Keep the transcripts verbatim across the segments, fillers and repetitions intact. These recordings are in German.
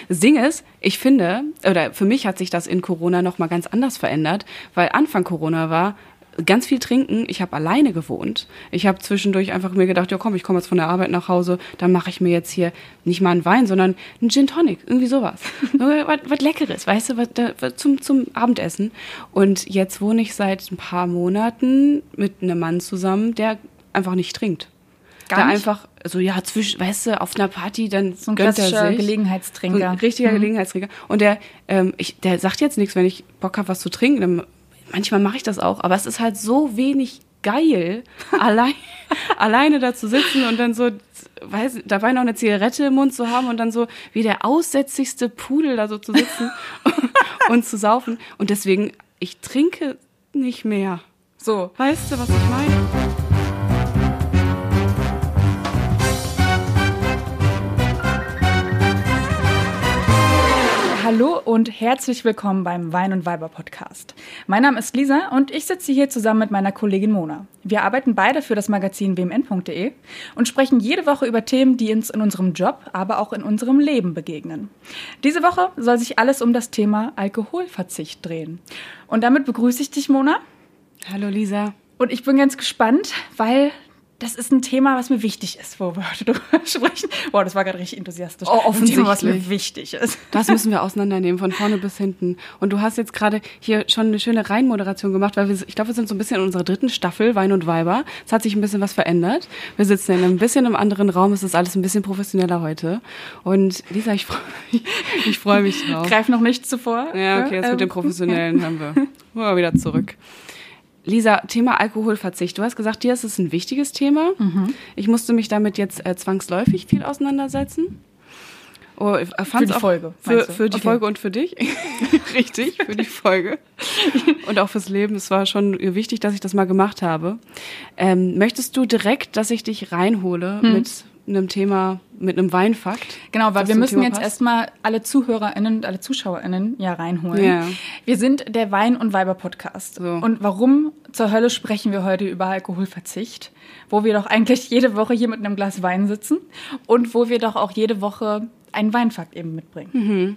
Das Ding ist, ich finde, oder für mich hat sich das in Corona nochmal ganz anders verändert, weil Anfang Corona war, ganz viel trinken. Ich habe alleine gewohnt. Ich habe zwischendurch einfach mir gedacht, ja komm, ich komme jetzt von der Arbeit nach Hause, dann mache ich mir jetzt hier nicht mal einen Wein, sondern einen Gin Tonic, irgendwie sowas. was, was Leckeres, weißt du, was, was zum, zum Abendessen. Und jetzt wohne ich seit ein paar Monaten mit einem Mann zusammen, der einfach nicht trinkt. Gar der nicht? einfach, so ja, zwischen, weißt du, auf einer Party, dann So ein gönnt er klassischer sich. Gelegenheitstrinker. So ein richtiger Mhm. Gelegenheitstrinker. Und der, ähm, ich, der sagt jetzt nichts, wenn ich Bock habe, was zu trinken, dann manchmal mache ich das auch, aber es ist halt so wenig geil, allein, alleine da zu sitzen und dann so, weiß, dabei noch eine Zigarette im Mund zu haben und dann so wie der aussätzigste Pudel da so zu sitzen und zu saufen. Und deswegen, ich trinke nicht mehr. So. Weißt du, was ich meine? Hallo und herzlich willkommen beim Wein und Weiber Podcast. Mein Name ist Lisa und ich sitze hier zusammen mit meiner Kollegin Mona. Wir arbeiten beide für das Magazin w m n punkt d e und sprechen jede Woche über Themen, die uns in unserem Job, aber auch in unserem Leben begegnen. Diese Woche soll sich alles um das Thema Alkoholverzicht drehen. Und damit begrüße ich dich, Mona. Hallo Lisa. Und ich bin ganz gespannt, weil das ist ein Thema, was mir wichtig ist, wo wir heute drüber sprechen. Boah, das war gerade richtig enthusiastisch. Oh, offensichtlich. Ein Thema, was mir wichtig ist. Das müssen wir auseinandernehmen, von vorne bis hinten. Und du hast jetzt gerade hier schon eine schöne Reihenmoderation gemacht, weil wir, ich glaube, wir sind so ein bisschen in unserer dritten Staffel, Wein und Weiber. Es hat sich ein bisschen was verändert. Wir sitzen in einem bisschen im anderen Raum, es ist alles ein bisschen professioneller heute. Und Lisa, ich freue mich, ich freue mich drauf. Greif noch nicht zuvor. Ja, okay, jetzt mit dem Professionellen haben wir, wir wieder zurück. Lisa, Thema Alkoholverzicht. Du hast gesagt, dir ist es ein wichtiges Thema. Mhm. Ich musste mich damit jetzt äh, zwangsläufig viel auseinandersetzen. Oh, ich für die auch Folge. Für, für die okay. Folge und für dich. Richtig, für die Folge. Und auch fürs Leben. Es war schon wichtig, dass ich das mal gemacht habe. Ähm, möchtest du direkt, dass ich dich reinhole hm. mit einem Thema, mit einem Weinfakt? Genau, weil wir müssen Thema jetzt passt? erstmal alle ZuhörerInnen und alle ZuschauerInnen ja reinholen. Ja. Wir sind der Wein- und Weiber-Podcast. So. Und warum zur Hölle sprechen wir heute über Alkoholverzicht? Wo wir doch eigentlich jede Woche hier mit einem Glas Wein sitzen und wo wir doch auch jede Woche einen Weinfakt eben mitbringen. Mhm.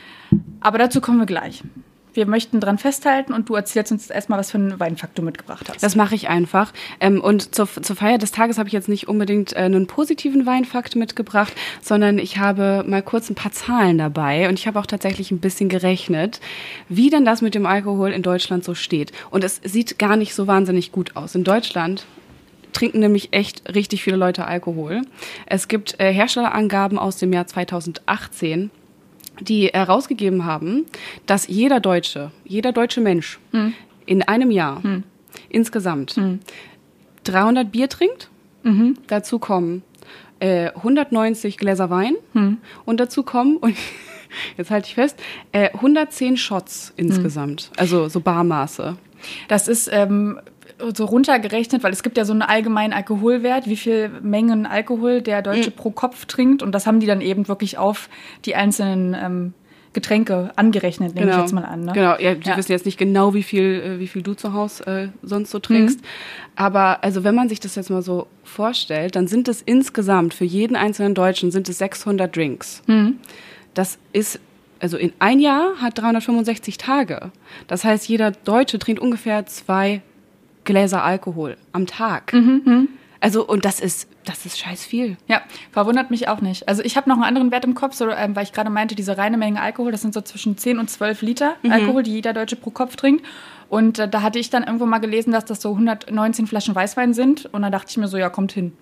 Aber dazu kommen wir gleich. Wir möchten dran festhalten und du erzählst uns erstmal, was für einen Weinfakt du mitgebracht hast. Das mache ich einfach. Und zur, zur Feier des Tages habe ich jetzt nicht unbedingt einen positiven Weinfakt mitgebracht, sondern ich habe mal kurz ein paar Zahlen dabei und ich habe auch tatsächlich ein bisschen gerechnet, wie denn das mit dem Alkohol in Deutschland so steht. Und es sieht gar nicht so wahnsinnig gut aus. In Deutschland trinken nämlich echt richtig viele Leute Alkohol. Es gibt äh, Herstellerangaben aus dem Jahr zweitausendachtzehn, die herausgegeben haben, dass jeder Deutsche, jeder deutsche Mensch hm. in einem Jahr hm. insgesamt hm. dreihundert Bier trinkt. Mhm. Dazu kommen äh, hundertneunzig Gläser Wein hm. und dazu kommen, und jetzt halte ich fest, äh, hundertzehn Shots insgesamt, hm. also so Barmaße. Das ist ähm, so runtergerechnet, weil es gibt ja so einen allgemeinen Alkoholwert, wie viel Mengen Alkohol der Deutsche mhm. pro Kopf trinkt. Und das haben die dann eben wirklich auf die einzelnen ähm, Getränke angerechnet, nehme genau. ich jetzt mal an. Ne? Genau, ja, die ja. wissen jetzt nicht genau, wie viel, wie viel du zu Hause äh, sonst so trinkst. Mhm. Aber also wenn man sich das jetzt mal so vorstellt, dann sind es insgesamt für jeden einzelnen Deutschen sind es sechshundert Drinks. Mhm. Das ist Also in ein Jahr hat dreihundertfünfundsechzig Tage. Das heißt, jeder Deutsche trinkt ungefähr zwei Gläser Alkohol am Tag. Mhm, mh. Also, und das ist, das ist scheiß viel. Ja, verwundert mich auch nicht. Also ich habe noch einen anderen Wert im Kopf, so, ähm, weil ich gerade meinte, diese reine Menge Alkohol, das sind so zwischen zehn und zwölf Liter mhm. Alkohol, die jeder Deutsche pro Kopf trinkt. Und äh, da hatte ich dann irgendwo mal gelesen, dass das so hundertneunzehn Flaschen Weißwein sind. Und dann dachte ich mir so, ja, kommt hin.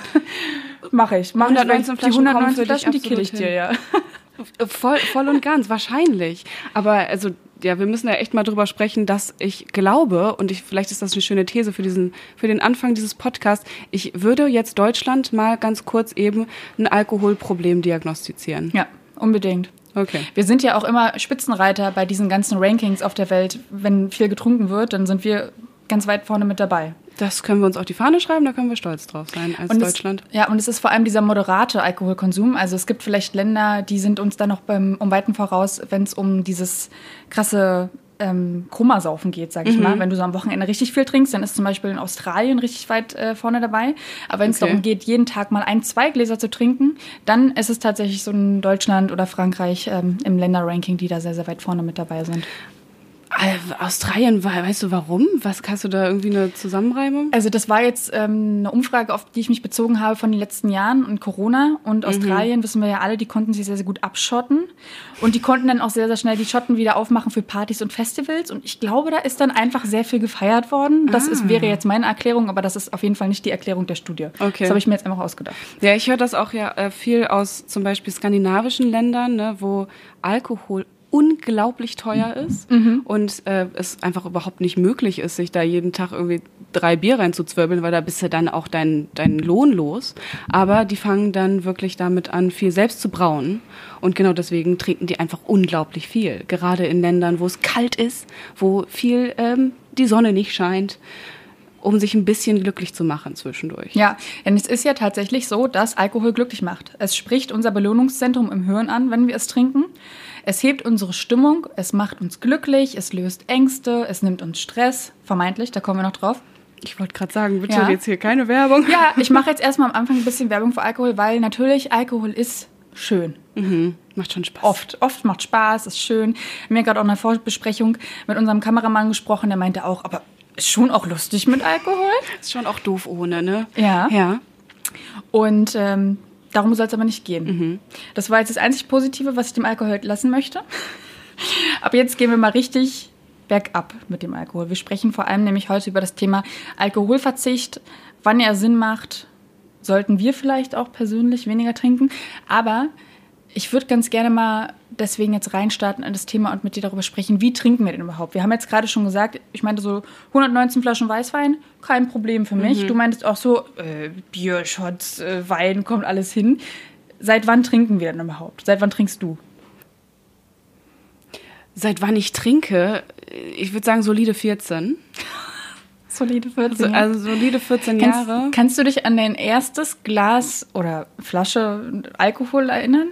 Mache ich. Mach hundertneunzehn ich, die hundertneunzehn Flaschen, die kill ich hin. dir, ja. Voll, voll und ganz, wahrscheinlich. Aber also, ja, wir müssen ja echt mal drüber sprechen, dass ich glaube, und ich, vielleicht ist das eine schöne These für diesen, für den Anfang dieses Podcasts, ich würde jetzt Deutschland mal ganz kurz eben ein Alkoholproblem diagnostizieren. Ja, unbedingt. Okay. Wir sind ja auch immer Spitzenreiter bei diesen ganzen Rankings auf der Welt. Wenn viel getrunken wird, dann sind wir ganz weit vorne mit dabei. Das können wir uns auf die Fahne schreiben, da können wir stolz drauf sein als und Deutschland. Es, ja, und es ist vor allem dieser moderate Alkoholkonsum. Also es gibt vielleicht Länder, die sind uns da noch beim, um Weiten voraus, wenn es um dieses krasse ähm, Komasaufen geht, sag ich Mhm. mal. Wenn du so am Wochenende richtig viel trinkst, dann ist zum Beispiel in Australien richtig weit äh, vorne dabei. Aber wenn es Okay. darum geht, jeden Tag mal ein, zwei Gläser zu trinken, dann ist es tatsächlich so in Deutschland oder Frankreich ähm, im Länderranking, die da sehr, sehr weit vorne mit dabei sind. Äh, Australien, we- weißt du warum? Was, hast du da irgendwie eine Zusammenreibung? Also das war jetzt ähm, eine Umfrage, auf die ich mich bezogen habe von den letzten Jahren und Corona. Und Australien, wissen wir ja alle, die konnten sich sehr, sehr gut abschotten. Und die konnten dann auch sehr, sehr schnell die Schotten wieder aufmachen für Partys und Festivals. Und ich glaube, da ist dann einfach sehr viel gefeiert worden. Das ist, wäre jetzt meine Erklärung, aber das ist auf jeden Fall nicht die Erklärung der Studie. Okay. Das habe ich mir jetzt einfach ausgedacht. Ja, ich höre das auch ja äh, viel aus zum Beispiel skandinavischen Ländern, ne, wo Alkohol unglaublich teuer ist und äh, es einfach überhaupt nicht möglich ist, sich da jeden Tag irgendwie drei Bier reinzuzwirbeln, weil da bist du dann auch deinen dein Lohn los. Aber die fangen dann wirklich damit an, viel selbst zu brauen. Und genau deswegen trinken die einfach unglaublich viel. Gerade in Ländern, wo es kalt ist, wo viel ähm, die Sonne nicht scheint, um sich ein bisschen glücklich zu machen zwischendurch. Ja, denn es ist ja tatsächlich so, dass Alkohol glücklich macht. Es spricht unser Belohnungszentrum im Hirn an, wenn wir es trinken. Es hebt unsere Stimmung, es macht uns glücklich, es löst Ängste, es nimmt uns Stress, vermeintlich, da kommen wir noch drauf. Ich wollte gerade sagen, bitte Ja. jetzt hier keine Werbung. Ja, ich mache jetzt erstmal am Anfang ein bisschen Werbung für Alkohol, weil natürlich Alkohol ist schön. Mhm. Macht schon Spaß. Oft, oft macht Spaß, ist schön. Wir haben gerade auch in einer Vorbesprechung mit unserem Kameramann gesprochen, der meinte auch, aber ist schon auch lustig mit Alkohol. Ist schon auch doof ohne, ne? Ja. Ja. Und ähm, darum soll es aber nicht gehen. Das war jetzt das einzig Positive, was ich dem Alkohol lassen möchte. Aber jetzt gehen wir mal richtig bergab mit dem Alkohol. Wir sprechen vor allem nämlich heute über das Thema Alkoholverzicht, wann er Sinn macht. Sollten wir vielleicht auch persönlich weniger trinken. Aber ich würde ganz gerne mal deswegen jetzt reinstarten in das Thema und mit dir darüber sprechen, wie trinken wir denn überhaupt? Wir haben jetzt gerade schon gesagt, ich meinte so hundertneunzehn Flaschen Weißwein, kein Problem für mich. Du meintest auch so, äh, Bier, Shots, äh, Wein, kommt alles hin. Seit wann trinken wir denn überhaupt? Seit wann trinkst du? Seit wann ich trinke, ich würde sagen solide vierzehn. Solide Also, vierzehn. also solide vierzehn kannst, Jahre. kannst du dich an dein erstes Glas oder Flasche Alkohol erinnern?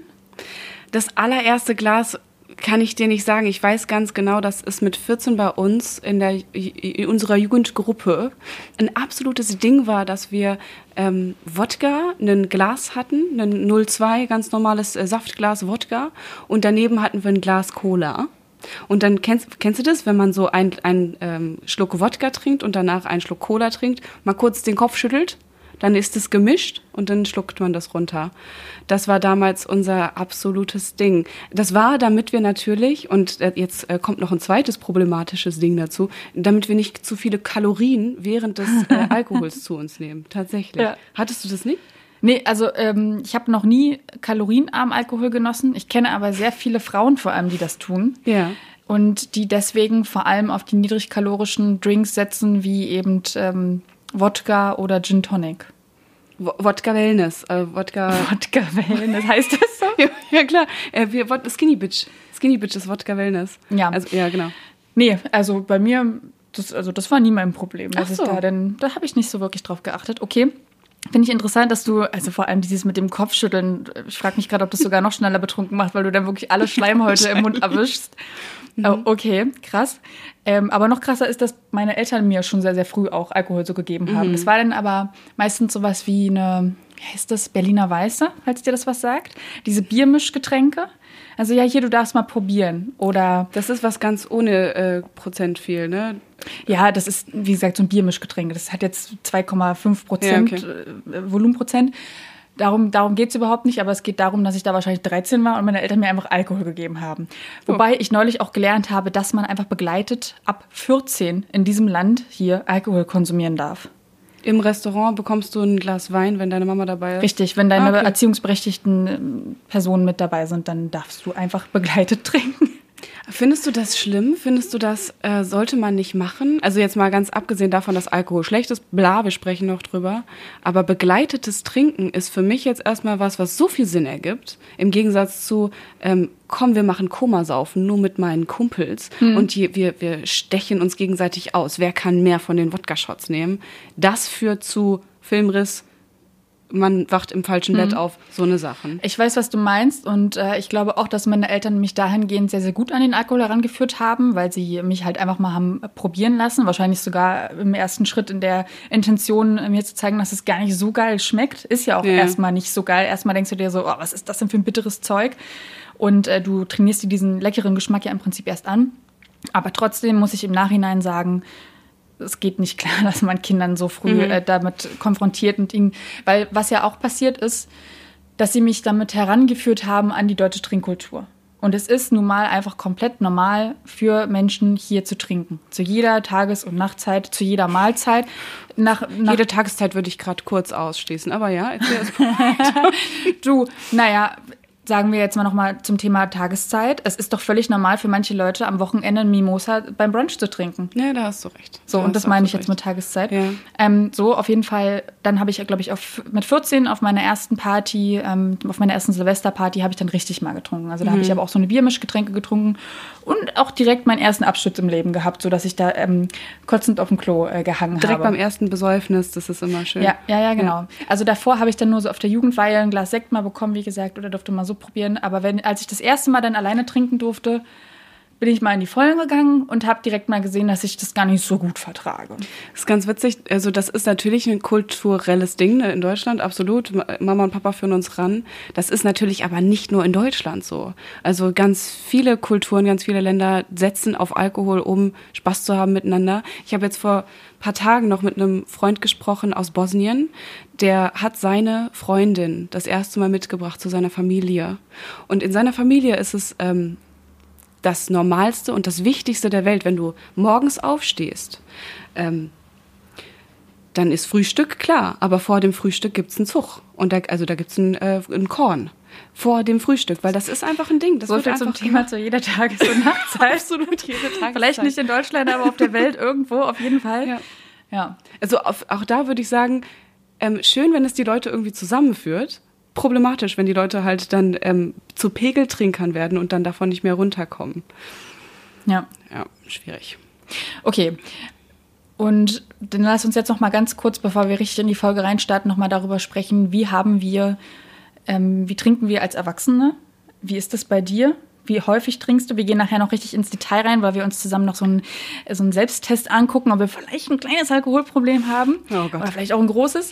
Das allererste Glas kann ich dir nicht sagen. Ich weiß ganz genau, dass es mit vierzehn bei uns in, der, in unserer Jugendgruppe ein absolutes Ding war, dass wir ähm, Wodka, ein Glas hatten, ein null Komma zwei, ganz normales äh, Saftglas Wodka und daneben hatten wir ein Glas Cola. Und dann kennst, kennst du das, wenn man so einen ähm, Schluck Wodka trinkt und danach einen Schluck Cola trinkt, mal kurz den Kopf schüttelt, dann ist es gemischt und dann schluckt man das runter. Das war damals unser absolutes Ding. Das war, damit wir natürlich, und jetzt äh, kommt noch ein zweites problematisches Ding dazu, damit wir nicht zu viele Kalorien während des äh, Alkohols zu uns nehmen. Tatsächlich. Ja. Hattest du das nicht? Nee, also ähm, ich habe noch nie kalorienarm Alkohol genossen. Ich kenne aber sehr viele Frauen vor allem, die das tun. Ja. Und die deswegen vor allem auf die niedrigkalorischen Drinks setzen, wie eben ähm, Wodka oder Gin Tonic. W- Wodka Wellness. Äh, Wodka. Wodka Wellness, heißt das so? ja, ja, klar. Äh, wir, Wod- Skinny Bitch. Skinny Bitch ist Wodka Wellness. Ja. Also, ja, genau. Nee, also bei mir, das, also das war nie mein Problem. Ach dass so. ich da denn, da habe ich nicht so wirklich drauf geachtet. Okay. Finde ich interessant, dass du, also vor allem dieses mit dem Kopfschütteln, ich frage mich gerade, ob das sogar noch schneller betrunken macht, weil du dann wirklich alle Schleimhäute im Mund erwischst. Oh, okay, krass. Ähm, aber noch krasser ist, dass meine Eltern mir schon sehr, sehr früh auch Alkohol so gegeben haben. Das war dann aber meistens sowas wie eine, wie heißt das, Berliner Weiße, falls dir das was sagt. Diese Biermischgetränke. Also ja, hier, du darfst mal probieren. Oder Das ist was ganz ohne äh, Prozent viel, ne? ja, das ist, wie gesagt, so ein Biermischgetränk. Das hat jetzt zwei Komma fünf Prozent Ja, okay. äh, Volumenprozent. Darum, darum geht es überhaupt nicht, aber es geht darum, dass ich da wahrscheinlich dreizehn war und meine Eltern mir einfach Alkohol gegeben haben. Wobei ich neulich auch gelernt habe, dass man einfach begleitet ab vierzehn in diesem Land hier Alkohol konsumieren darf. Im Restaurant bekommst du ein Glas Wein, wenn deine Mama dabei ist. Richtig, wenn deine Ah, okay. erziehungsberechtigten ähm, Personen mit dabei sind, dann darfst du einfach begleitet trinken. Findest du das schlimm? Findest du, das äh, sollte man nicht machen? Also jetzt mal ganz abgesehen davon, dass Alkohol schlecht ist, bla, wir sprechen noch drüber. Aber begleitetes Trinken ist für mich jetzt erstmal was, was so viel Sinn ergibt. Im Gegensatz zu, ähm, komm, wir machen Komasaufen, nur mit meinen Kumpels. Und je, wir, wir stechen uns gegenseitig aus. Wer kann mehr von den Wodka-Shots nehmen? Das führt zu Filmriss, man wacht im falschen mhm. Bett auf, so eine Sachen. Ich weiß, was du meinst und äh, ich glaube auch, dass meine Eltern mich dahingehend sehr, sehr gut an den Alkohol herangeführt haben, weil sie mich halt einfach mal haben probieren lassen, wahrscheinlich sogar im ersten Schritt in der Intention, mir zu zeigen, dass es gar nicht so geil schmeckt. Ist ja auch ja. erstmal nicht so geil. Erstmal denkst du dir so, oh, was ist das denn für ein bitteres Zeug? Und äh, du trainierst dir diesen leckeren Geschmack ja im Prinzip erst an. Aber trotzdem muss ich im Nachhinein sagen, es geht nicht klar, dass man Kindern so früh mhm. äh, damit konfrontiert und ihnen, weil was ja auch passiert ist, dass sie mich damit herangeführt haben an die deutsche Trinkkultur. Und es ist nun mal einfach komplett normal für Menschen hier zu trinken. Zu jeder Tages- und Nachtzeit, zu jeder Mahlzeit. Nach, nach Jede Tageszeit würde ich gerade kurz ausschließen, aber ja, erzähl es. Du, naja, sagen wir jetzt mal nochmal zum Thema Tageszeit. Es ist doch völlig normal für manche Leute, am Wochenende ein Mimosa beim Brunch zu trinken. Ja, da hast du recht. So, da und das meine ich jetzt mit Tageszeit. Ja. Ähm, so, auf jeden Fall, dann habe ich, glaube ich, auf, mit vierzehn auf meiner ersten Party, ähm, auf meiner ersten Silvesterparty, habe ich dann richtig mal getrunken. Also da mhm. habe ich aber auch so eine Biermischgetränke getrunken und auch direkt meinen ersten Absturz im Leben gehabt, sodass ich da ähm, kotzend auf dem Klo äh, gehangen direkt habe. Direkt beim ersten Besäufnis, das ist immer schön. Ja, ja, ja, genau. Ja. Also davor habe ich dann nur so auf der Jugendweihe ein Glas Sekt mal bekommen, wie gesagt, oder durfte mal so probieren. Aber wenn als ich das erste Mal dann alleine trinken durfte, bin ich mal in die Vollen gegangen und habe direkt mal gesehen, dass ich das gar nicht so gut vertrage. Das ist ganz witzig. Also das ist natürlich ein kulturelles Ding in Deutschland, absolut. Mama und Papa führen uns ran. Das ist natürlich aber nicht nur in Deutschland so. Also ganz viele Kulturen, ganz viele Länder setzen auf Alkohol, um Spaß zu haben miteinander. Ich habe jetzt vor ein paar Tagen noch mit einem Freund gesprochen aus Bosnien. Der hat seine Freundin das erste Mal mitgebracht zu seiner Familie. Und in seiner Familie ist es ähm, das Normalste und das Wichtigste der Welt, wenn du morgens aufstehst, ähm, dann ist Frühstück, klar, aber vor dem Frühstück gibt es einen Zug. Und da, also da gibt es ein, äh, ein Korn vor dem Frühstück, weil das ist einfach ein Ding. Das so wird viel einfach zum Thema zu jeder Tages- und Nachtzeit. Absolut, jede Tageszeit. Vielleicht nicht in Deutschland, aber auf der Welt irgendwo, auf jeden Fall. Ja. Ja. Also auf, auch da würde ich sagen, ähm, schön, wenn es die Leute irgendwie zusammenführt. Problematisch, wenn die Leute halt dann ähm, zu Pegeltrinkern werden und dann davon nicht mehr runterkommen. Ja. Ja, schwierig. Okay. Und dann lass uns jetzt noch mal ganz kurz, bevor wir richtig in die Folge reinstarten, noch mal darüber sprechen, wie haben wir, ähm, wie trinken wir als Erwachsene? Wie ist das bei dir? Wie häufig trinkst du? Wir gehen nachher noch richtig ins Detail rein, weil wir uns zusammen noch so einen, so einen Selbsttest angucken, ob wir vielleicht ein kleines Alkoholproblem haben. Oh Gott. Oder vielleicht auch ein großes.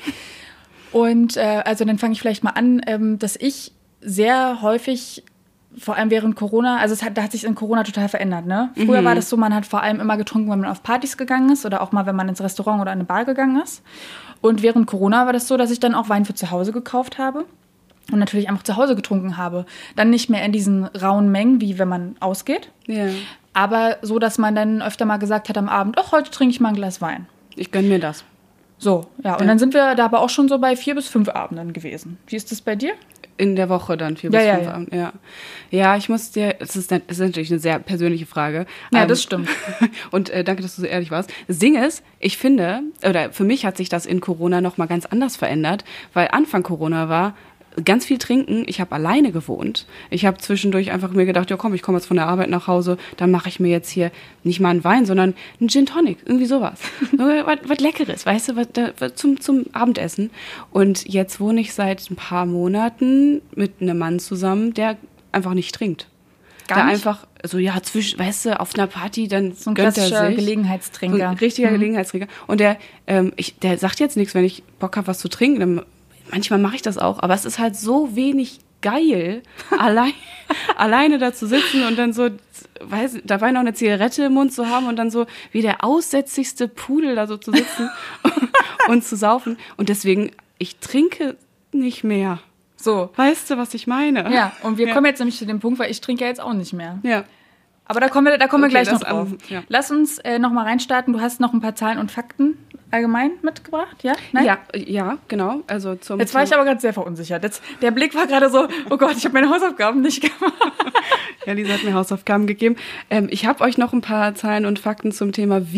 Und äh, also dann fange ich vielleicht mal an, ähm, dass ich sehr häufig, vor allem während Corona, also es hat, da hat sich in Corona total verändert, ne? Früher mhm. war das so, man hat vor allem immer getrunken, wenn man auf Partys gegangen ist oder auch mal, wenn man ins Restaurant oder in eine Bar gegangen ist. Und während Corona war das so, dass ich dann auch Wein für zu Hause gekauft habe und natürlich einfach zu Hause getrunken habe. Dann nicht mehr in diesen rauen Mengen, wie wenn man ausgeht, ja. aber so, dass man dann öfter mal gesagt hat am Abend, ach, heute trinke ich mal ein Glas Wein. Ich gönne mir das. So, ja, und ja. dann sind wir da aber auch schon so bei vier bis fünf Abenden gewesen. Wie ist das bei dir? In der Woche dann, vier ja, bis ja, fünf ja. Abende, ja. Ja, ich muss dir, das ist, das ist natürlich eine sehr persönliche Frage. Ja, ähm, das stimmt. Und äh, danke, dass du so ehrlich warst. Das Ding ist, ich finde, oder für mich hat sich das in Corona noch mal ganz anders verändert, weil Anfang Corona war, ganz viel trinken. Ich habe alleine gewohnt. Ich habe zwischendurch einfach mir gedacht, ja komm, ich komme jetzt von der Arbeit nach Hause, dann mache ich mir jetzt hier nicht mal einen Wein, sondern einen Gin Tonic, irgendwie sowas. was, was Leckeres, weißt du, was, was zum, zum Abendessen. Und jetzt wohne ich seit ein paar Monaten mit einem Mann zusammen, der einfach nicht trinkt. Gar der nicht? einfach, so ja, zwischen, weißt du, auf einer Party, dann so ein gönnt er klassischer sich. Gelegenheitstrinker. So ein richtiger mhm. Gelegenheitstrinker. Und der, ähm, ich, der sagt jetzt nichts, wenn ich Bock habe, was zu trinken, dann manchmal mache ich das auch, aber es ist halt so wenig geil, allein, alleine da zu sitzen und dann so, weiß, dabei noch eine Zigarette im Mund zu haben und dann so wie der aussätzigste Pudel da so zu sitzen und zu saufen. Und deswegen, ich trinke nicht mehr. So. Weißt du, was ich meine? Ja, und wir ja. kommen jetzt nämlich zu dem Punkt, weil ich trinke ja jetzt auch nicht mehr. Ja. Aber da kommen wir, da kommen wir Okay, gleich noch das, drauf. um, ja. Lass uns äh, noch mal reinstarten. Du hast noch ein paar Zahlen und Fakten allgemein mitgebracht, ja? Nein? Ja, ja, genau. Also zum, Jetzt war ich aber gerade sehr verunsichert. Jetzt, der Blick war gerade so, oh Gott, ich habe meine Hausaufgaben nicht gemacht. Ja, Lisa hat mir Hausaufgaben gegeben. Ähm, ich habe euch noch ein paar Zahlen und Fakten zum Thema, wie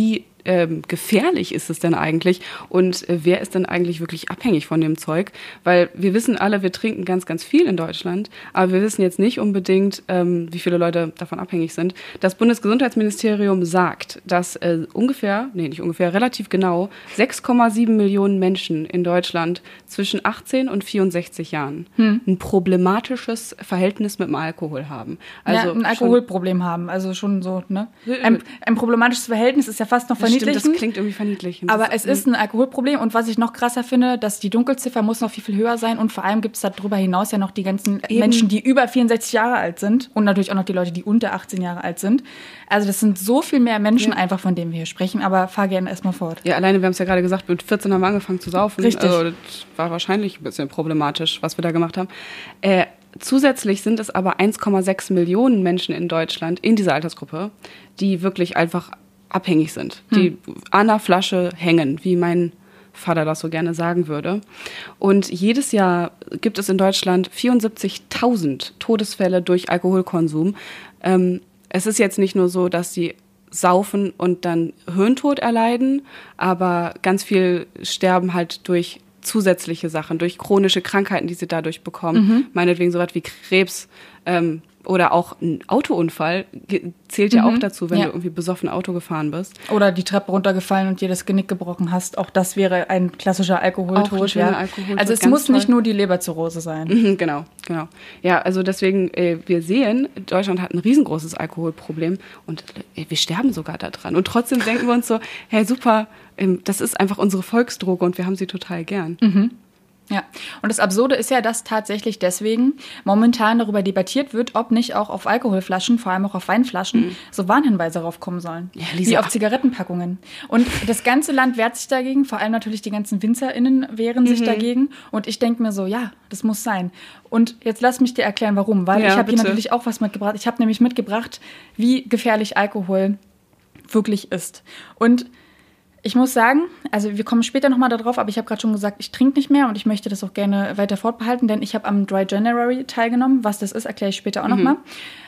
ähm, gefährlich ist es denn eigentlich und äh, wer ist denn eigentlich wirklich abhängig von dem Zeug? Weil wir wissen alle, wir trinken ganz, ganz viel in Deutschland, aber wir wissen jetzt nicht unbedingt, ähm, wie viele Leute davon abhängig sind. Das Bundesgesundheitsministerium sagt, dass äh, ungefähr, nee, nicht ungefähr, relativ genau sechs Komma sieben Millionen Menschen in Deutschland zwischen achtzehn und vierundsechzig Jahren hm. ein problematisches Verhältnis mit dem Alkohol haben. Also ja, ein Alkoholproblem haben, also schon so, ne? Ein, ein problematisches Verhältnis ist ja fast noch verniedlichend. Das, stimmt, das klingt irgendwie verniedlichend. Aber es ist ein Alkoholproblem und was ich noch krasser finde, dass die Dunkelziffer muss noch viel, viel höher sein und vor allem gibt es darüber hinaus ja noch die ganzen Eben. Menschen, die über vierundsechzig Jahre alt sind und natürlich auch noch die Leute, die unter achtzehn Jahre alt sind. Also das sind so viel mehr Menschen ja. einfach, von denen wir hier sprechen, aber fahr gerne erstmal fort. Ja, alleine, wir haben es ja gerade gesagt, mit vierzehn haben wir angefangen zu saufen. Richtig. Also das war wahrscheinlich ein bisschen problematisch, was wir da gemacht haben. Äh, Zusätzlich sind es aber eins Komma sechs Millionen Menschen in Deutschland in dieser Altersgruppe, die wirklich einfach abhängig sind, die hm. an der Flasche hängen, wie mein Vater das so gerne sagen würde. Und jedes Jahr gibt es in Deutschland vierundsiebzigtausend Todesfälle durch Alkoholkonsum. Ähm, es ist jetzt nicht nur so, dass sie saufen und dann Hirntod erleiden, aber ganz viel sterben halt durch zusätzliche Sachen, durch chronische Krankheiten, die sie dadurch bekommen. Mhm. Meinetwegen sowas wie Krebs ähm, oder auch ein Autounfall zählt ja mhm. auch dazu, wenn ja. du irgendwie besoffen Auto gefahren bist. Oder die Treppe runtergefallen und dir das Genick gebrochen hast. Auch das wäre ein klassischer Alkoholtod. Ja. Alkoholtod also es muss toll. Nicht nur die Leberzirrhose sein. Mhm, genau, genau. Ja, also deswegen, äh, wir sehen, Deutschland hat ein riesengroßes Alkoholproblem und äh, wir sterben sogar daran. Und trotzdem denken wir uns so, hey, super, ähm, das ist einfach unsere Volksdroge und wir haben sie total gern. Mhm. Ja, und das Absurde ist ja, dass tatsächlich deswegen momentan darüber debattiert wird, ob nicht auch auf Alkoholflaschen, vor allem auch auf Weinflaschen, mhm. so Warnhinweise raufkommen sollen, ja, Lisa, wie auf Zigarettenpackungen. Und das ganze Land wehrt sich dagegen, vor allem natürlich die ganzen WinzerInnen wehren mhm. sich dagegen. Und ich denke mir so, ja, das muss sein. Und jetzt lass mich dir erklären, warum. Weil ja, ich habe hier natürlich auch was mitgebracht. Ich habe nämlich mitgebracht, wie gefährlich Alkohol wirklich ist. Und ich muss sagen, also wir kommen später nochmal darauf, aber ich habe gerade schon gesagt, ich trinke nicht mehr und ich möchte das auch gerne weiter fortbehalten, denn ich habe am Dry January teilgenommen. Was das ist, erkläre ich später auch mhm. nochmal.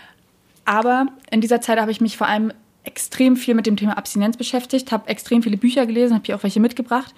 Aber in dieser Zeit habe ich mich vor allem extrem viel mit dem Thema Abstinenz beschäftigt, habe extrem viele Bücher gelesen, habe hier auch welche mitgebracht.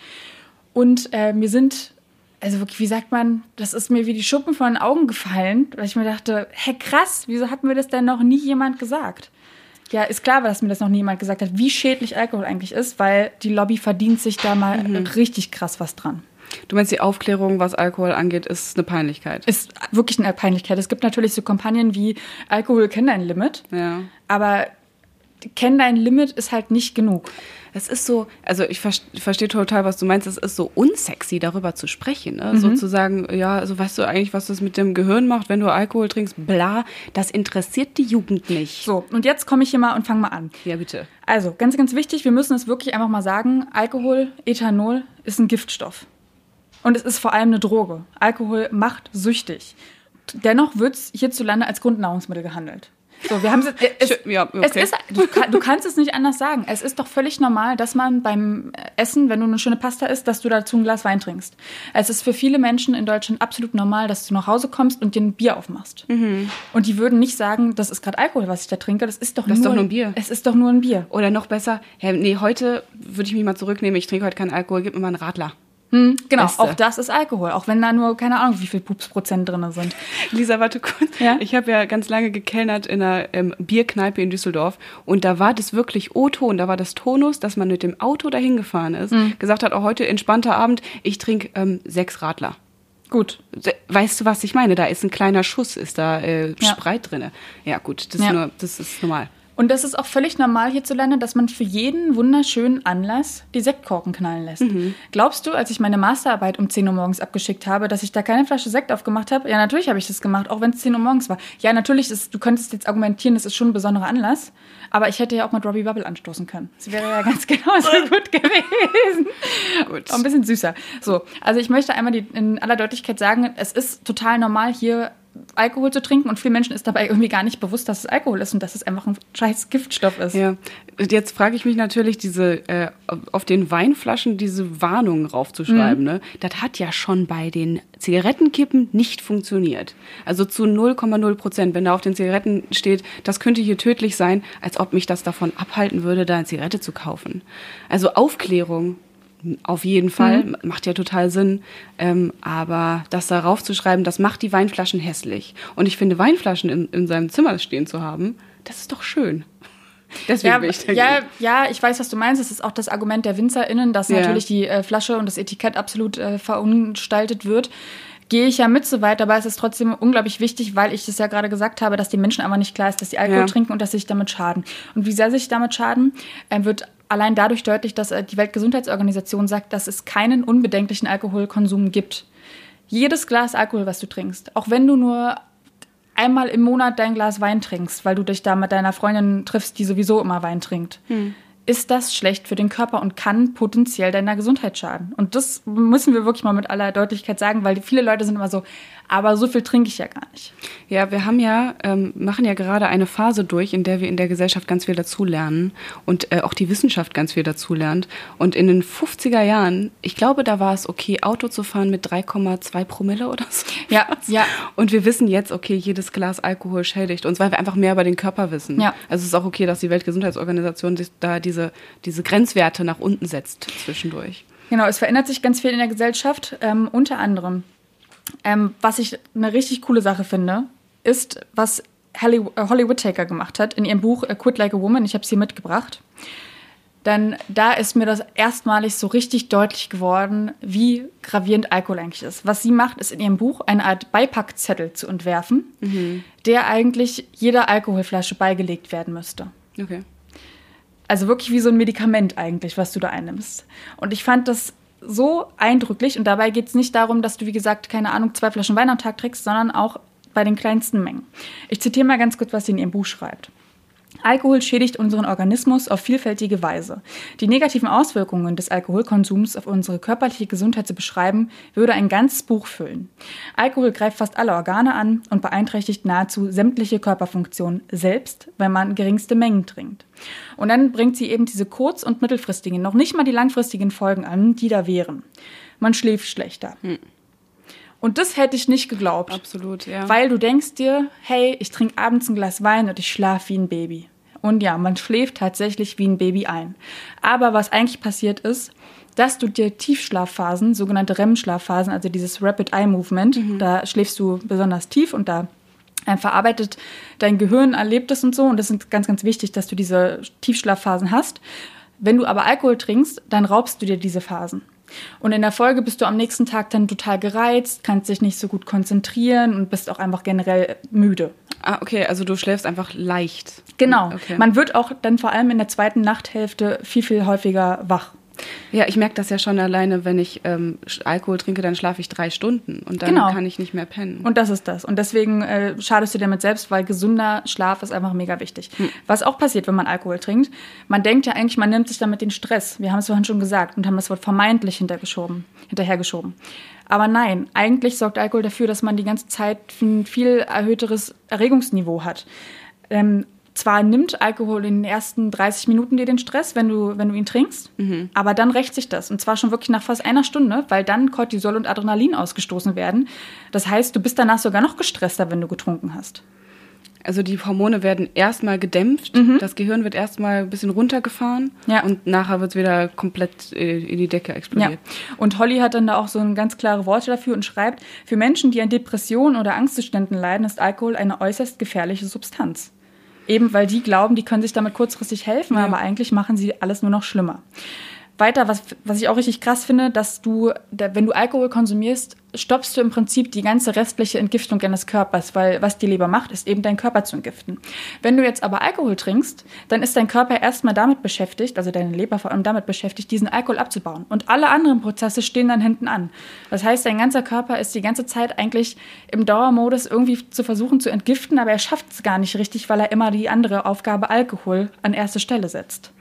Und äh, mir sind, also wirklich, wie sagt man, das ist mir wie die Schuppen von den Augen gefallen, weil ich mir dachte, hä, krass, wieso hat mir das denn noch nie jemand gesagt? Ja, ist klar, dass mir das noch niemand gesagt hat, wie schädlich Alkohol eigentlich ist, weil die Lobby verdient sich da mal mhm. richtig krass was dran. Du meinst, die Aufklärung, was Alkohol angeht, ist eine Peinlichkeit? Ist wirklich eine Peinlichkeit. Es gibt natürlich so Kampagnen wie Alkohol kennt dein Limit, ja. aber kenn dein Limit ist halt nicht genug. Es ist so, also ich verstehe total, was du meinst, es ist so unsexy, darüber zu sprechen. Ne? Mhm. Sozusagen, ja, also weißt du eigentlich, was das mit dem Gehirn macht, wenn du Alkohol trinkst, bla, das interessiert die Jugend nicht. So, und jetzt komme ich hier mal und fange mal an. Ja, bitte. Also, ganz, ganz wichtig, wir müssen es wirklich einfach mal sagen, Alkohol, Ethanol ist ein Giftstoff. Und es ist vor allem eine Droge. Alkohol macht süchtig. Dennoch wird es hierzulande als Grundnahrungsmittel gehandelt. So, wir haben es, es, ja, okay. es ist, du, du kannst es nicht anders sagen. Es ist doch völlig normal, dass man beim Essen, wenn du eine schöne Pasta isst, dass du dazu ein Glas Wein trinkst. Es ist für viele Menschen in Deutschland absolut normal, dass du nach Hause kommst und dir ein Bier aufmachst. Mhm. Und die würden nicht sagen, das ist gerade Alkohol, was ich da trinke. Das ist doch, das nur, ist doch nur ein Bier. Es ist doch nur ein Bier. Oder noch besser, hey, nee, heute würde ich mich mal zurücknehmen, ich trinke heute keinen Alkohol, gib mir mal einen Radler. Hm, genau, Beste. Auch das ist Alkohol, auch wenn da nur, keine Ahnung, wie viel Pupsprozent drin sind. Lisa, warte kurz. Ja? Ich habe ja ganz lange gekellnert in einer ähm, Bierkneipe in Düsseldorf und da war das wirklich O-Ton, da war das Tonus, dass man mit dem Auto dahin gefahren ist, hm. gesagt hat, auch heute entspannter Abend, ich trinke ähm, sechs Radler. Gut. Weißt du, was ich meine? Da ist ein kleiner Schuss, ist da äh, ja. Spreit drin. Ja gut, das, ja. Ist nur, das ist normal. Und das ist auch völlig normal hierzulande, dass man für jeden wunderschönen Anlass die Sektkorken knallen lässt. Mhm. Glaubst du, als ich meine Masterarbeit um zehn Uhr morgens abgeschickt habe, dass ich da keine Flasche Sekt aufgemacht habe? Ja, natürlich habe ich das gemacht, auch wenn es zehn Uhr morgens war. Ja, natürlich, ist, du könntest jetzt argumentieren, das ist schon ein besonderer Anlass, aber ich hätte ja auch mit Robbie Bubble anstoßen können. Das wäre ja ganz genauso gut gewesen. Gut. Auch ein bisschen süßer. So, also ich möchte einmal die, in aller Deutlichkeit sagen, es ist total normal, hier Alkohol zu trinken und vielen Menschen ist dabei irgendwie gar nicht bewusst, dass es Alkohol ist und dass es einfach ein scheiß Giftstoff ist. Ja, jetzt frage ich mich natürlich, diese äh, auf den Weinflaschen diese Warnungen raufzuschreiben, mhm. ne? Das hat ja schon bei den Zigarettenkippen nicht funktioniert. Also zu null Komma null Prozent, wenn da auf den Zigaretten steht, das könnte hier tödlich sein, als ob mich das davon abhalten würde, da eine Zigarette zu kaufen. Also Aufklärung auf jeden Fall, mhm. macht ja total Sinn, ähm, aber das da raufzuschreiben, das macht die Weinflaschen hässlich. Und ich finde, Weinflaschen in, in seinem Zimmer stehen zu haben, das ist doch schön. Deswegen ja, bin ich dagegen. ja, ja, ich weiß, was du meinst. Das ist auch das Argument der WinzerInnen, dass ja. natürlich die äh, Flasche und das Etikett absolut äh, verunstaltet wird. Gehe ich ja mit so weit, aber es ist trotzdem unglaublich wichtig, weil ich das ja gerade gesagt habe, dass den Menschen einfach nicht klar ist, dass sie Alkohol ja. trinken und dass sie sich damit schaden. Und wie sehr sie sich damit schaden, äh, wird allein dadurch deutlich, dass äh, die Weltgesundheitsorganisation sagt, dass es keinen unbedenklichen Alkoholkonsum gibt. Jedes Glas Alkohol, was du trinkst, auch wenn du nur einmal im Monat dein Glas Wein trinkst, weil du dich da mit deiner Freundin triffst, die sowieso immer Wein trinkt, hm. ist das schlecht für den Körper und kann potenziell deiner Gesundheit schaden. Und das müssen wir wirklich mal mit aller Deutlichkeit sagen, weil viele Leute sind immer so, aber so viel trinke ich ja gar nicht. Ja, wir haben ja, ähm, machen ja gerade eine Phase durch, in der wir in der Gesellschaft ganz viel dazulernen und äh, auch die Wissenschaft ganz viel dazulernt. Und in den fünfziger Jahren, ich glaube, da war es okay, Auto zu fahren mit drei Komma zwei Promille oder so. Ja, ja. Und wir wissen jetzt, okay, jedes Glas Alkohol schädigt uns, weil wir einfach mehr über den Körper wissen. Ja. Also es ist auch okay, dass die Weltgesundheitsorganisation sich da diese, diese Grenzwerte nach unten setzt zwischendurch. Genau, es verändert sich ganz viel in der Gesellschaft, ähm, unter anderem. Ähm, was ich eine richtig coole Sache finde, ist, was Holly, äh, Holly Whittaker gemacht hat in ihrem Buch äh, Quit Like a Woman. Ich habe es hier mitgebracht. Denn da ist mir das erstmalig so richtig deutlich geworden, wie gravierend Alkohol eigentlich ist. Was sie macht, ist in ihrem Buch eine Art Beipackzettel zu entwerfen, mhm. der eigentlich jeder Alkoholflasche beigelegt werden müsste. Okay. Also wirklich wie so ein Medikament eigentlich, was du da einnimmst. Und ich fand das so eindrücklich. Und dabei geht es nicht darum, dass du, wie gesagt, keine Ahnung, zwei Flaschen Wein am Tag trinkst, sondern auch bei den kleinsten Mengen. Ich zitiere mal ganz kurz, was sie in ihrem Buch schreibt. Alkohol schädigt unseren Organismus auf vielfältige Weise. Die negativen Auswirkungen des Alkoholkonsums auf unsere körperliche Gesundheit zu beschreiben, würde ein ganzes Buch füllen. Alkohol greift fast alle Organe an und beeinträchtigt nahezu sämtliche Körperfunktionen, selbst wenn man geringste Mengen trinkt. Und dann bringt sie eben diese kurz- und mittelfristigen, noch nicht mal die langfristigen Folgen an, die da wären. Man schläft schlechter. Hm. Und das hätte ich nicht geglaubt. Absolut, ja. Weil du denkst dir, hey, ich trinke abends ein Glas Wein und ich schlafe wie ein Baby. Und ja, man schläft tatsächlich wie ein Baby ein. Aber was eigentlich passiert ist, dass du dir Tiefschlafphasen, sogenannte R E M-Schlafphasen, also dieses Rapid Eye Movement, mhm. da schläfst du besonders tief und da verarbeitet dein Gehirn, erlebt es und so. Und das ist ganz, ganz wichtig, dass du diese Tiefschlafphasen hast. Wenn du aber Alkohol trinkst, dann raubst du dir diese Phasen. Und in der Folge bist du am nächsten Tag dann total gereizt, kannst dich nicht so gut konzentrieren und bist auch einfach generell müde. Ah, okay, also du schläfst einfach leicht. Genau. Okay. Man wird auch dann vor allem in der zweiten Nachthälfte viel, viel häufiger wach. Ja, ich merke das ja schon alleine, wenn ich ähm, Alkohol trinke, dann schlafe ich drei Stunden und dann genau. kann ich nicht mehr pennen. Und das ist das. Und deswegen äh, schadest du dir damit selbst, weil gesunder Schlaf ist einfach mega wichtig. Hm. Was auch passiert, wenn man Alkohol trinkt, man denkt ja eigentlich, man nimmt sich damit den Stress. Wir haben es vorhin schon gesagt und haben das Wort vermeintlich hintergeschoben, hinterhergeschoben. Aber nein, eigentlich sorgt Alkohol dafür, dass man die ganze Zeit ein viel erhöhteres Erregungsniveau hat. Ähm, Zwar nimmt Alkohol in den ersten dreißig Minuten dir den Stress, wenn du, wenn du ihn trinkst, mhm. aber dann rächt sich das. Und zwar schon wirklich nach fast einer Stunde, weil dann Cortisol und Adrenalin ausgestoßen werden. Das heißt, du bist danach sogar noch gestresster, wenn du getrunken hast. Also die Hormone werden erstmal gedämpft, mhm. das Gehirn wird erstmal ein bisschen runtergefahren ja. und nachher wird es wieder komplett in die Decke explodiert. Ja. Und Holly hat dann da auch so ein ganz klare Worte dafür und schreibt, für Menschen, die an Depressionen oder Angstzuständen leiden, ist Alkohol eine äußerst gefährliche Substanz. Eben weil die glauben, die können sich damit kurzfristig helfen, ja. aber eigentlich machen sie alles nur noch schlimmer. Weiter, was, was ich auch richtig krass finde, dass du, da, wenn du Alkohol konsumierst, stoppst du im Prinzip die ganze restliche Entgiftung deines Körpers, weil was die Leber macht, ist eben deinen Körper zu entgiften. Wenn du jetzt aber Alkohol trinkst, dann ist dein Körper erstmal damit beschäftigt, also deine Leber vor allem damit beschäftigt, diesen Alkohol abzubauen. Und alle anderen Prozesse stehen dann hinten an. Das heißt, dein ganzer Körper ist die ganze Zeit eigentlich im Dauermodus irgendwie zu versuchen zu entgiften, aber er schafft es gar nicht richtig, weil er immer die andere Aufgabe Alkohol an erste Stelle setzt.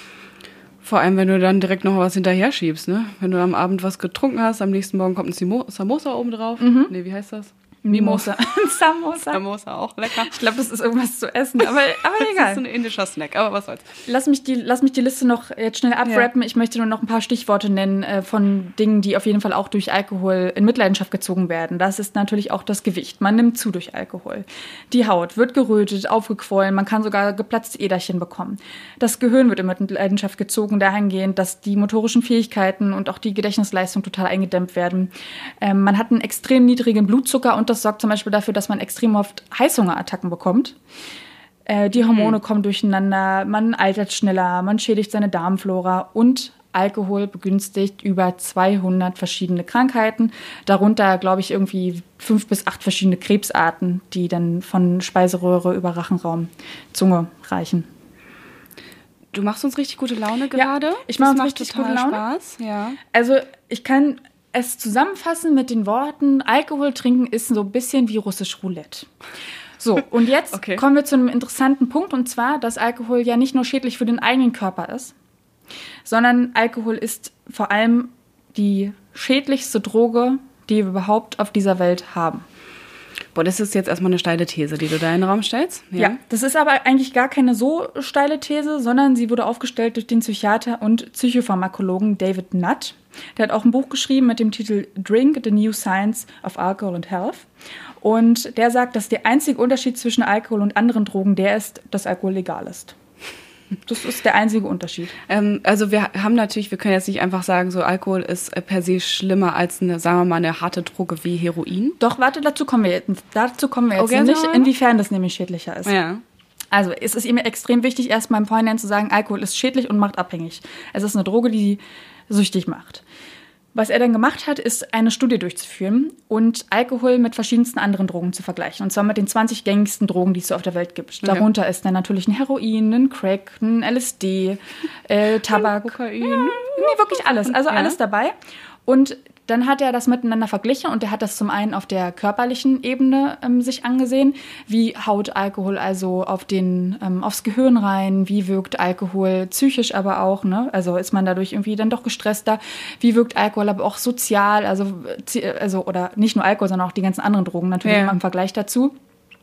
Vor allem, wenn du dann direkt noch was hinterher schiebst, ne? Wenn du am Abend was getrunken hast, am nächsten Morgen kommt ein Simo- Samosa oben drauf. Mhm. Nee, wie heißt das? Mimosa. Samosa. Samosa auch lecker. Ich glaube, das ist irgendwas zu essen, aber, aber egal. Das ist so ein indischer Snack, aber was soll's. Lass mich die, lass mich die Liste noch jetzt schnell abwrappen. Ja. Ich möchte nur noch ein paar Stichworte nennen äh, von Dingen, die auf jeden Fall auch durch Alkohol in Mitleidenschaft gezogen werden. Das ist natürlich auch das Gewicht. Man nimmt zu durch Alkohol. Die Haut wird gerötet, aufgequollen, man kann sogar geplatzte Äderchen bekommen. Das Gehirn wird in Mitleidenschaft gezogen, dahingehend, dass die motorischen Fähigkeiten und auch die Gedächtnisleistung total eingedämmt werden. Ähm, man hat einen extrem niedrigen Blutzucker und das sorgt zum Beispiel dafür, dass man extrem oft Heißhungerattacken bekommt. Äh, die Hormone mhm. kommen durcheinander, man altert schneller, man schädigt seine Darmflora und Alkohol begünstigt über zweihundert verschiedene Krankheiten. Darunter, glaube ich, irgendwie fünf bis acht verschiedene Krebsarten, die dann von Speiseröhre über Rachenraum, Zunge reichen. Du machst uns richtig gute Laune gerade. Ja, ich mache uns richtig total gute Laune. Spaß. Ja. Also ich kann es zusammenfassen mit den Worten, Alkohol trinken ist so ein bisschen wie russisch Roulette. So, und jetzt okay. kommen wir zu einem interessanten Punkt, und zwar, dass Alkohol ja nicht nur schädlich für den eigenen Körper ist, sondern Alkohol ist vor allem die schädlichste Droge, die wir überhaupt auf dieser Welt haben. Boah, das ist jetzt erstmal eine steile These, die du da in den Raum stellst. Ja. ja, das ist aber eigentlich gar keine so steile These, sondern sie wurde aufgestellt durch den Psychiater und Psychopharmakologen David Nutt. Der hat auch ein Buch geschrieben mit dem Titel Drink, The New Science of Alcohol and Health. Und der sagt, dass der einzige Unterschied zwischen Alkohol und anderen Drogen der ist, dass Alkohol legal ist. Das ist der einzige Unterschied. Ähm, also wir haben natürlich, wir können jetzt nicht einfach sagen, so Alkohol ist per se schlimmer als eine, sagen wir mal, eine harte Droge wie Heroin. Doch, warte, dazu kommen wir jetzt, dazu kommen wir jetzt okay, nicht, inwiefern das nämlich schädlicher ist. Ja. Also es ist ihm extrem wichtig, erstmal im Vorhinein zu sagen, Alkohol ist schädlich und macht abhängig. Es ist eine Droge, die süchtig macht. Was er dann gemacht hat, ist eine Studie durchzuführen und Alkohol mit verschiedensten anderen Drogen zu vergleichen. Und zwar mit den zwanzig gängigsten Drogen, die es so auf der Welt gibt. Darunter ja. ist dann natürlich ein Heroin, ein Crack, ein L S D, äh, Tabak. Kokain. Ja, nee, wirklich alles. Also ja. alles dabei. Und dann hat er das miteinander verglichen und er hat das zum einen auf der körperlichen Ebene ähm, sich angesehen. Wie haut Alkohol also auf den, ähm, aufs Gehirn rein? Wie wirkt Alkohol psychisch aber auch? Ne? Also ist man dadurch irgendwie dann doch gestresster? Wie wirkt Alkohol aber auch sozial? Also, also oder nicht nur Alkohol, sondern auch die ganzen anderen Drogen natürlich ja. im Vergleich dazu.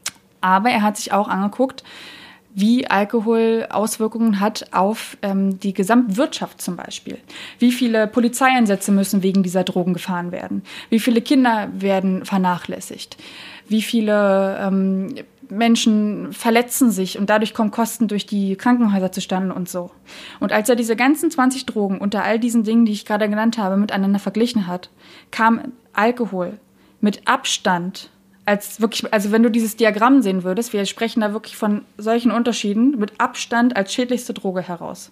Aber er hat sich auch angeguckt, wie Alkohol Auswirkungen hat auf ähm, die Gesamtwirtschaft zum Beispiel. Wie viele Polizeieinsätze müssen wegen dieser Drogen gefahren werden? Wie viele Kinder werden vernachlässigt? Wie viele ähm, Menschen verletzen sich und dadurch kommen Kosten durch die Krankenhäuser zustande und so. Und als er diese ganzen zwanzig Drogen unter all diesen Dingen, die ich gerade genannt habe, miteinander verglichen hat, kam Alkohol mit Abstand als wirklich, also wenn du dieses Diagramm sehen würdest, wir sprechen da wirklich von solchen Unterschieden, mit Abstand als schädlichste Droge heraus.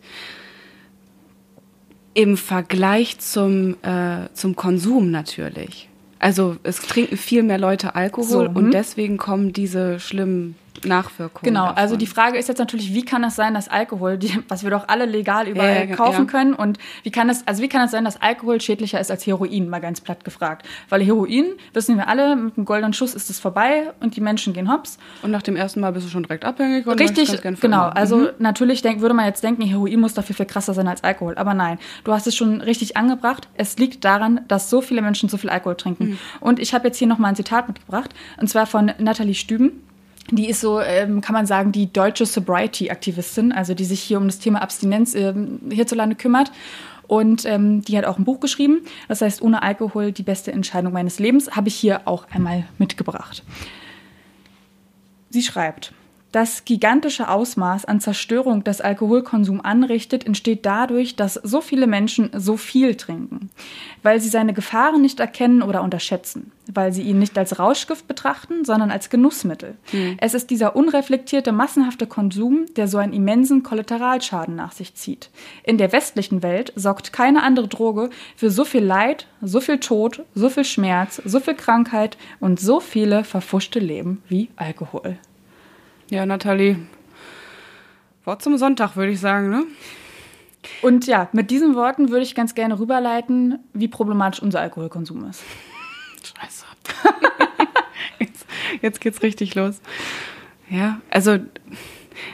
Im Vergleich zum, äh, zum Konsum natürlich. Also es trinken viel mehr Leute Alkohol so, und hm. deswegen kommen diese schlimmen Nachwirkungen. Genau, davon. Also die Frage ist jetzt natürlich, wie kann es sein, dass Alkohol, die, was wir doch alle legal überall ja, kaufen ja. können, und wie kann es, also wie kann es sein, dass Alkohol schädlicher ist als Heroin, mal ganz platt gefragt. Weil Heroin, wissen wir alle, mit einem goldenen Schuss ist es vorbei und die Menschen gehen hops. Und nach dem ersten Mal bist du schon direkt abhängig. Und richtig, genau. Also mhm. natürlich denk, würde man jetzt denken, Heroin muss dafür viel krasser sein als Alkohol. Aber nein, du hast es schon richtig angebracht. Es liegt daran, dass so viele Menschen so viel Alkohol trinken. Mhm. Und ich habe jetzt hier nochmal ein Zitat mitgebracht, und zwar von Nathalie Stüben. Die ist so, ähm, kann man sagen, die deutsche Sobriety-Aktivistin, also die sich hier um das Thema Abstinenz ähm, hierzulande kümmert. Und ähm, die hat auch ein Buch geschrieben, das heißt Ohne Alkohol, die beste Entscheidung meines Lebens, habe ich hier auch einmal mitgebracht. Sie schreibt: Das gigantische Ausmaß an Zerstörung, das Alkoholkonsum anrichtet, entsteht dadurch, dass so viele Menschen so viel trinken, weil sie seine Gefahren nicht erkennen oder unterschätzen, weil sie ihn nicht als Rauschgift betrachten, sondern als Genussmittel. Mhm. Es ist dieser unreflektierte, massenhafte Konsum, der so einen immensen Kollateralschaden nach sich zieht. In der westlichen Welt sorgt keine andere Droge für so viel Leid, so viel Tod, so viel Schmerz, so viel Krankheit und so viele verpfuschte Leben wie Alkohol. Ja, Nathalie, Wort zum Sonntag, würde ich sagen, ne? Und ja, mit diesen Worten würde ich ganz gerne rüberleiten, wie problematisch unser Alkoholkonsum ist. Scheiße. jetzt, jetzt geht's richtig los. Ja, also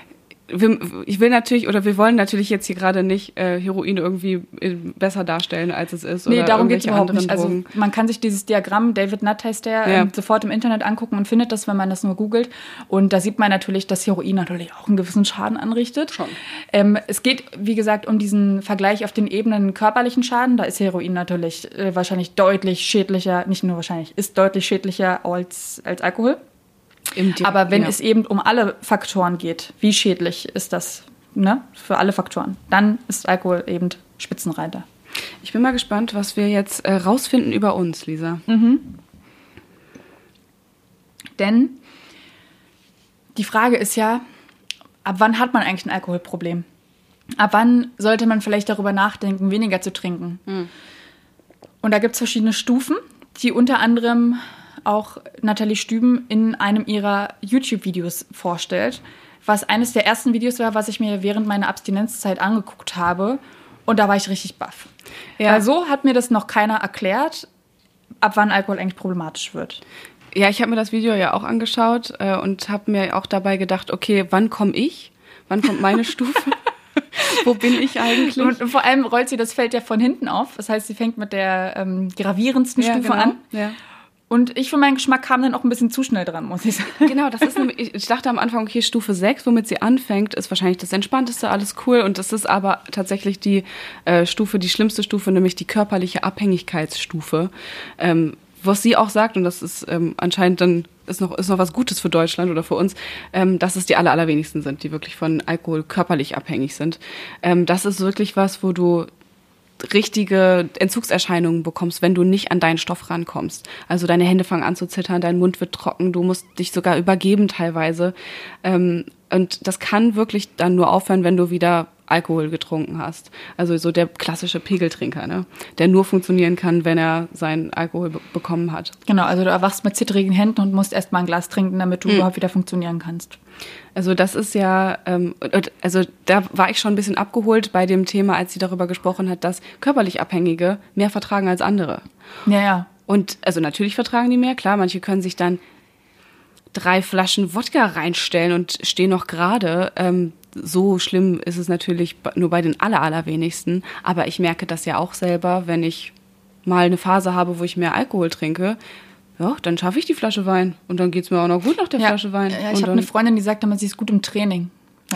wir, ich will natürlich, oder wir wollen natürlich jetzt hier gerade nicht äh, Heroin irgendwie äh, besser darstellen, als es ist. Nee, oder darum geht es irgendwelche überhaupt nicht. Drogen. Also man kann sich dieses Diagramm, David Nutt heißt der, Ja. ähm, sofort im Internet angucken und findet das, wenn man das nur googelt. Und da sieht man natürlich, dass Heroin natürlich auch einen gewissen Schaden anrichtet. Schon. Ähm, es geht, wie gesagt, um diesen Vergleich auf den Ebenen körperlichen Schaden. Da ist Heroin natürlich äh, wahrscheinlich deutlich schädlicher, nicht nur wahrscheinlich, ist deutlich schädlicher als, als Alkohol. Im Di- Aber wenn ja. es eben um alle Faktoren geht, wie schädlich ist das, ne, für alle Faktoren, dann ist Alkohol eben Spitzenreiter. Ich bin mal gespannt, was wir jetzt äh, rausfinden über uns, Lisa. Mhm. Denn die Frage ist ja, ab wann hat man eigentlich ein Alkoholproblem? Ab wann sollte man vielleicht darüber nachdenken, weniger zu trinken? Mhm. Und da gibt es verschiedene Stufen, die unter anderem auch Nathalie Stüben in einem ihrer YouTube-Videos vorstellt, was eines der ersten Videos war, was ich mir während meiner Abstinenzzeit angeguckt habe. Und da war ich richtig baff. Ja. Weil so hat mir das noch keiner erklärt, ab wann Alkohol eigentlich problematisch wird. Ja, ich habe mir das Video ja auch angeschaut äh, und habe mir auch dabei gedacht, okay, wann komme ich? Wann kommt meine Stufe? Wo bin ich eigentlich? Und vor allem rollt sie das Feld ja von hinten auf. Das heißt, sie fängt mit der ähm, gravierendsten ja, Stufe genau. an. Ja. Und ich für meinen Geschmack kam dann auch ein bisschen zu schnell dran, muss ich sagen. Genau, das ist nämlich, ich dachte am Anfang, okay, Stufe sechs, womit sie anfängt, ist wahrscheinlich das Entspannteste, alles cool. Und das ist aber tatsächlich die äh, Stufe, die schlimmste Stufe, nämlich die körperliche Abhängigkeitsstufe. Ähm, was sie auch sagt, und das ist ähm, anscheinend dann ist noch, ist noch was Gutes für Deutschland oder für uns, ähm, dass es die aller, allerwenigsten sind, die wirklich von Alkohol körperlich abhängig sind. Ähm, das ist wirklich was, wo du richtige Entzugserscheinungen bekommst, wenn du nicht an deinen Stoff rankommst. Also deine Hände fangen an zu zittern, dein Mund wird trocken, du musst dich sogar übergeben teilweise. Ähm, und das kann wirklich dann nur aufhören, wenn du wieder Alkohol getrunken hast. Also so der klassische Pegeltrinker, ne? Der nur funktionieren kann, wenn er seinen Alkohol be- bekommen hat. Genau, also du erwachst mit zittrigen Händen und musst erst mal ein Glas trinken, damit du Mhm. überhaupt wieder funktionieren kannst. Also das ist ja, ähm, also da war ich schon ein bisschen abgeholt bei dem Thema, als sie darüber gesprochen hat, dass körperlich Abhängige mehr vertragen als andere. Ja, ja. Und also natürlich vertragen die mehr, klar, manche können sich dann drei Flaschen Wodka reinstellen und stehen noch gerade. Ähm, so schlimm ist es natürlich nur bei den aller, allerwenigsten. Aber ich merke das ja auch selber, wenn ich mal eine Phase habe, wo ich mehr Alkohol trinke. Ja, dann schaffe ich die Flasche Wein. Und dann geht's mir auch noch gut nach der ja. Flasche Wein. Ja, ich und habe eine Freundin, die sagt immer, sie ist gut im Training.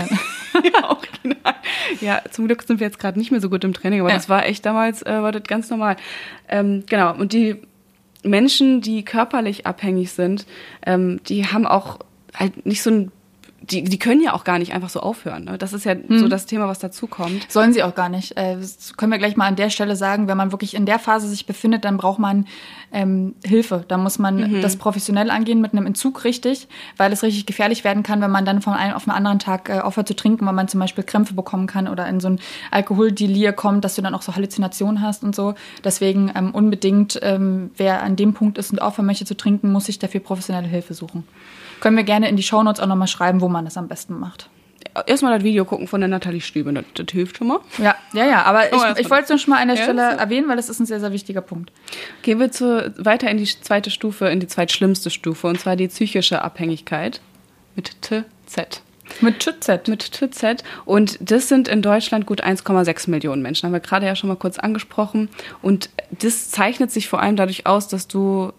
ja, original. Ja, zum Glück sind wir jetzt gerade nicht mehr so gut im Training, aber ja. das war echt damals, äh, war das ganz normal. Ähm, genau, und die Menschen, die körperlich abhängig sind, ähm, die haben auch halt nicht so ein, die, die können ja auch gar nicht einfach so aufhören. Ne? Das ist ja hm. so das Thema, was dazu kommt. Sollen sie auch gar nicht. Äh, das können wir gleich mal an der Stelle sagen. Wenn man wirklich in der Phase sich befindet, dann braucht man ähm, Hilfe. Da muss man mhm. das professionell angehen mit einem Entzug richtig, weil es richtig gefährlich werden kann, wenn man dann von einem auf einen anderen Tag äh, aufhört zu trinken, weil man zum Beispiel Krämpfe bekommen kann oder in so ein Alkoholdelir kommt, dass du dann auch so Halluzinationen hast und so. Deswegen ähm, unbedingt, ähm, wer an dem Punkt ist und aufhören möchte zu trinken, muss sich dafür professionelle Hilfe suchen. Können wir gerne in die Shownotes auch nochmal schreiben, wo man das am besten macht. Erstmal das Video gucken von der Nathalie Stübe, das, das hilft schon mal. Ja, ja, ja, aber Oh, ich, ich wollte es nur schon mal an der ja, Stelle so. erwähnen, weil das ist ein sehr, sehr wichtiger Punkt. Gehen wir zu, weiter in die zweite Stufe, in die zweitschlimmste Stufe, und zwar die psychische Abhängigkeit mit T Z. Mit T Z. Mit T Z. Und das sind in Deutschland gut eins Komma sechs Millionen Menschen, haben wir gerade ja schon mal kurz angesprochen. Und das zeichnet sich vor allem dadurch aus, dass du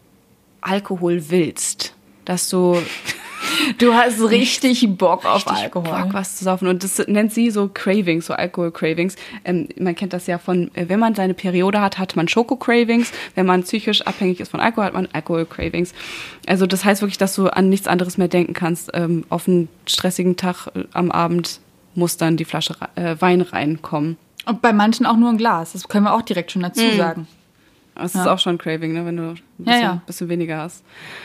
Alkohol willst. Dass du Du hast richtig Bock auf richtig Alkohol. Bock, was zu saufen. Und das nennt sie so Cravings, so Alkohol-Cravings. Ähm, man kennt das ja von, äh, wenn man seine Periode hat, hat man Schoko-Cravings. Wenn man psychisch abhängig ist von Alkohol, hat man Alkohol-Cravings. Also das heißt wirklich, dass du an nichts anderes mehr denken kannst. Ähm, auf einen stressigen Tag äh, am Abend muss dann die Flasche äh, Wein reinkommen. Und bei manchen auch nur ein Glas. Das können wir auch direkt schon dazu Mhm. sagen. Das Ja. ist auch schon ein Craving, ne, wenn du ein bisschen, Ja, ja. bisschen weniger hast.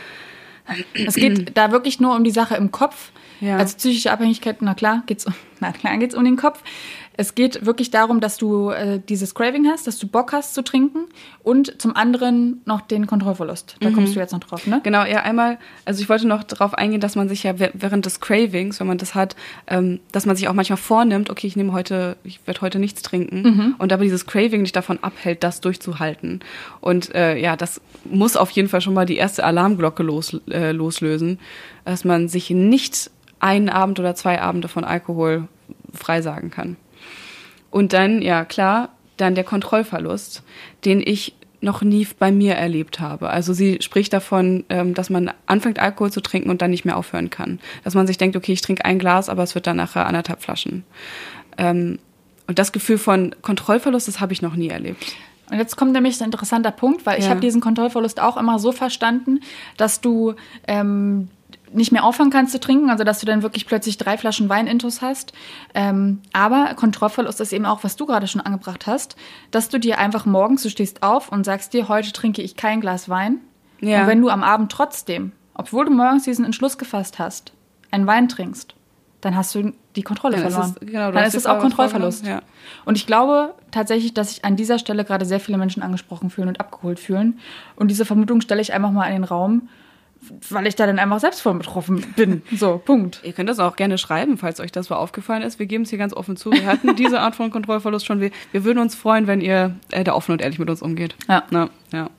Es geht da wirklich nur um die Sache im Kopf. Ja. Also psychische Abhängigkeit, na klar, geht's, na klar geht's um den Kopf. Es geht wirklich darum, dass du äh, dieses Craving hast, dass du Bock hast zu trinken und zum anderen noch den Kontrollverlust. Da Mhm. kommst du jetzt noch drauf, ne? Genau, ja, einmal, also ich wollte noch darauf eingehen, dass man sich ja während des Cravings, wenn man das hat, ähm, dass man sich auch manchmal vornimmt, okay, ich nehme heute, ich werde heute nichts trinken, Mhm. und aber dieses Craving dich davon abhält, das durchzuhalten. Und äh, ja, das muss auf jeden Fall schon mal die erste Alarmglocke los, äh, loslösen, dass man sich nicht einen Abend oder zwei Abende von Alkohol freisagen kann. Und dann, ja klar, dann der Kontrollverlust, den ich noch nie bei mir erlebt habe. Also sie spricht davon, dass man anfängt, Alkohol zu trinken und dann nicht mehr aufhören kann. Dass man sich denkt, okay, ich trinke ein Glas, aber es wird dann nachher anderthalb Flaschen. Und das Gefühl von Kontrollverlust, das habe ich noch nie erlebt. Und jetzt kommt nämlich ein interessanter Punkt, weil ich ja. habe diesen Kontrollverlust auch immer so verstanden, dass du ähm, nicht mehr aufhören kannst zu trinken, also dass du dann wirklich plötzlich drei Flaschen Wein intus hast. Ähm, aber Kontrollverlust ist eben auch, was du gerade schon angebracht hast, dass du dir einfach morgens, du stehst auf und sagst dir, heute trinke ich kein Glas Wein. Ja. Und wenn du am Abend trotzdem, obwohl du morgens diesen Entschluss gefasst hast, einen Wein trinkst, dann hast du die Kontrolle ja, verloren. Ist, genau, dann ist es auch Kontrollverlust. Ja. Und ich glaube tatsächlich, dass sich an dieser Stelle gerade sehr viele Menschen angesprochen fühlen und abgeholt fühlen. Und diese Vermutung stelle ich einfach mal in den Raum, weil ich da dann einfach selbst von betroffen bin. So, Punkt. Ihr könnt das auch gerne schreiben, falls euch das so aufgefallen ist. Wir geben es hier ganz offen zu. Wir hatten diese Art von Kontrollverlust schon. Wir, wir würden uns freuen, wenn ihr äh, da offen und ehrlich mit uns umgeht. Ja. Na, ja.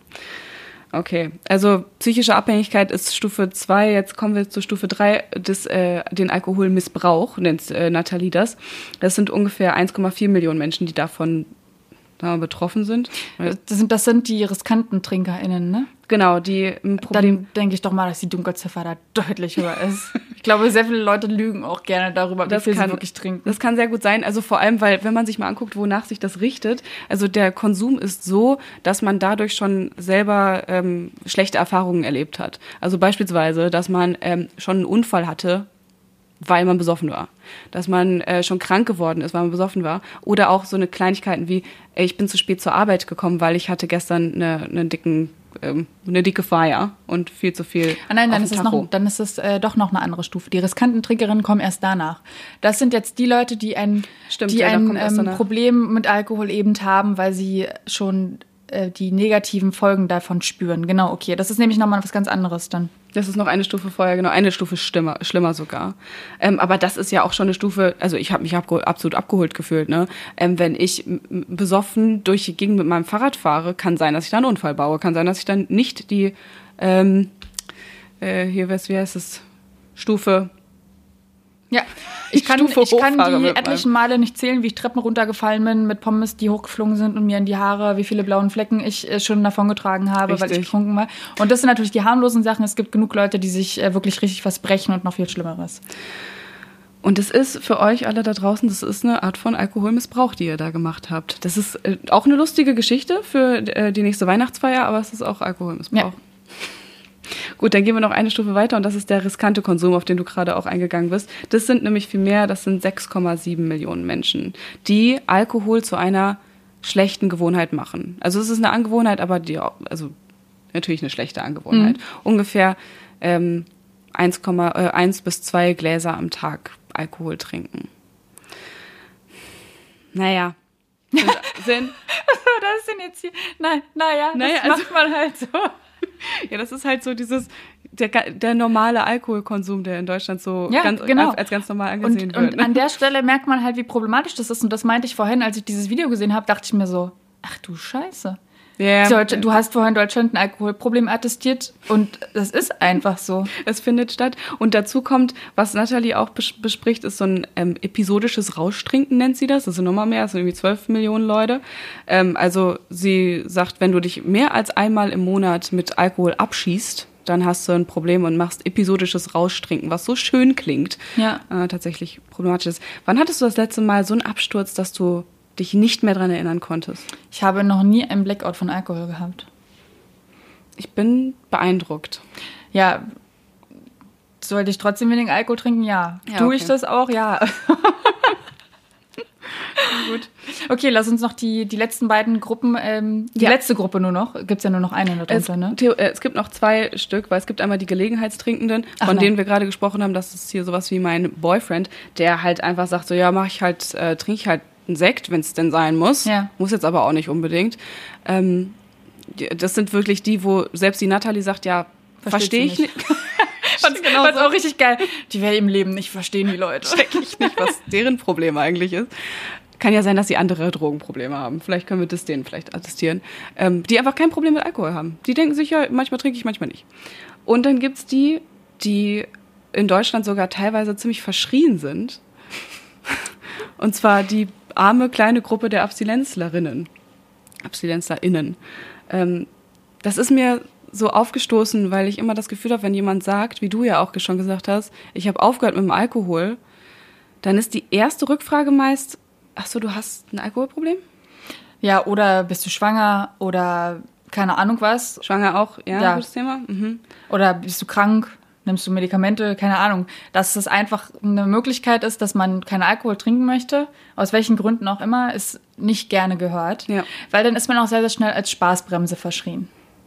Okay, also psychische Abhängigkeit ist Stufe zwei. Jetzt kommen wir zu Stufe drei, des, äh, den Alkoholmissbrauch, nennt äh, Nathalie das. Das sind ungefähr eins Komma vier Millionen Menschen, die davon da betroffen sind. Das sind, das sind die riskanten TrinkerInnen, ne? Genau, die ein Problem. Dann denke ich doch mal, dass die Dunkelziffer da deutlich höher ist. Ich glaube, sehr viele Leute lügen auch gerne darüber, das wie viel kann, sie wirklich trinken. Das kann sehr gut sein. Also vor allem, weil wenn man sich mal anguckt, wonach sich das richtet, also der Konsum ist so, dass man dadurch schon selber ähm, schlechte Erfahrungen erlebt hat. Also beispielsweise, dass man ähm, schon einen Unfall hatte, weil man besoffen war. Dass man äh, schon krank geworden ist, weil man besoffen war. Oder auch so eine Kleinigkeiten wie, ey, ich bin zu spät zur Arbeit gekommen, weil ich hatte gestern eine, eine, dicken, ähm, eine dicke Feier und viel zu viel ah, nein, dann auf ist, dem es Tacho. noch, dann ist es äh, doch noch eine andere Stufe. Die riskanten Trinkerinnen kommen erst danach. Das sind jetzt die Leute, die ein, Stimmt, die ja, ein ähm, Problem mit Alkohol eben haben, weil sie schon äh, die negativen Folgen davon spüren. Genau, okay. Das ist nämlich nochmal was ganz anderes dann. Das ist noch eine Stufe vorher, genau, eine Stufe schlimmer, schlimmer sogar. Ähm, aber das ist ja auch schon eine Stufe, also ich habe mich abgeholt, absolut abgeholt gefühlt, ne? Ähm, wenn ich m- besoffen durch die Gegend mit meinem Fahrrad fahre, kann sein, dass ich da einen Unfall baue, kann sein, dass ich dann nicht die, ähm, äh, hier, wie heißt es, Stufe... Ja, ich kann, ich kann die etlichen Male nicht zählen, wie ich Treppen runtergefallen bin mit Pommes, die hochgeflogen sind und mir in die Haare, wie viele blauen Flecken ich äh, schon davongetragen habe, richtig. Weil ich betrunken war. Und das sind natürlich die harmlosen Sachen. Es gibt genug Leute, die sich äh, wirklich richtig was brechen und noch viel Schlimmeres. Und es ist für euch alle da draußen, das ist eine Art von Alkoholmissbrauch, die ihr da gemacht habt. Das ist äh, auch eine lustige Geschichte für äh, die nächste Weihnachtsfeier, aber es ist auch Alkoholmissbrauch. Ja. Gut, dann gehen wir noch eine Stufe weiter und das ist der riskante Konsum, auf den du gerade auch eingegangen bist. Das sind nämlich viel mehr, das sind sechs Komma sieben Millionen Menschen, die Alkohol zu einer schlechten Gewohnheit machen. Also es ist eine Angewohnheit, aber die, also natürlich eine schlechte Angewohnheit. Mhm. Ungefähr ähm, eins bis zwei Gläser am Tag Alkohol trinken. Naja. Sind, sind Was ist denn jetzt hier? Nein, naja, naja, das also, macht man halt so. Ja, das ist halt so dieses, der, der normale Alkoholkonsum, der in Deutschland so ja, ganz, genau. als ganz normal angesehen und, wird. Und an der Stelle merkt man halt, wie problematisch das ist. Und das meinte ich vorhin, als ich dieses Video gesehen habe, dachte ich mir so, ach du Scheiße. Yeah. Du hast vorhin Deutschland ein Alkoholproblem attestiert und das ist einfach so. Es findet statt. Und dazu kommt, was Nathalie auch bes- bespricht, ist so ein ähm, episodisches Rauschtrinken, nennt sie das. Das sind nochmal mehr, das sind irgendwie zwölf Millionen Leute. Ähm, also sie sagt, wenn du dich mehr als einmal im Monat mit Alkohol abschießt, dann hast du ein Problem und machst episodisches Rauschtrinken, was so schön klingt. Ja. Äh, tatsächlich problematisch ist. Wann hattest du das letzte Mal so einen Absturz, dass du dich nicht mehr daran erinnern konntest? Ich habe noch nie einen Blackout von Alkohol gehabt. Ich bin beeindruckt. Ja, sollte ich trotzdem weniger Alkohol trinken? Ja. ja Tue okay. ich das auch? Ja. Gut. Okay, lass uns noch die, die letzten beiden Gruppen, ähm, die ja. letzte Gruppe nur noch, gibt es ja nur noch eine darunter, es, ne? Theo, äh, es gibt noch zwei Stück, weil es gibt einmal die Gelegenheitstrinkenden, Ach, von nein. denen wir gerade gesprochen haben, das ist hier sowas wie mein Boyfriend, der halt einfach sagt, so ja, mach ich halt, äh, trinke ich halt einen Sekt, wenn es denn sein muss. Ja. Muss jetzt aber auch nicht unbedingt. Ähm, das sind wirklich die, wo selbst die Nathalie sagt, ja, verstehe ich nicht. Fand's genau so. Auch richtig geil. Die wäre im Leben nicht verstehen, die Leute. Check ich nicht, was deren Problem eigentlich ist. Kann ja sein, dass sie andere Drogenprobleme haben. Vielleicht können wir das denen vielleicht attestieren. Ähm, die einfach kein Problem mit Alkohol haben. Die denken sich ja, manchmal trinke ich, manchmal nicht. Und dann gibt's die, die in Deutschland sogar teilweise ziemlich verschrien sind. Und zwar die arme kleine Gruppe der Abstinenzlerinnen. AbstinenzlerInnen. Ähm, das ist mir so aufgestoßen, weil ich immer das Gefühl habe, wenn jemand sagt, wie du ja auch schon gesagt hast, ich habe aufgehört mit dem Alkohol, dann ist die erste Rückfrage meist, ach so, du hast ein Alkoholproblem? Ja, oder bist du schwanger oder keine Ahnung was. Schwanger auch, ja, Ja. gutes Thema. Mhm. Oder bist du krank, nimmst du Medikamente, keine Ahnung. Dass es einfach eine Möglichkeit ist, dass man keinen Alkohol trinken möchte, aus welchen Gründen auch immer, ist nicht gerne gehört. Ja. Weil dann ist man auch sehr, sehr schnell als Spaßbremse verschrien.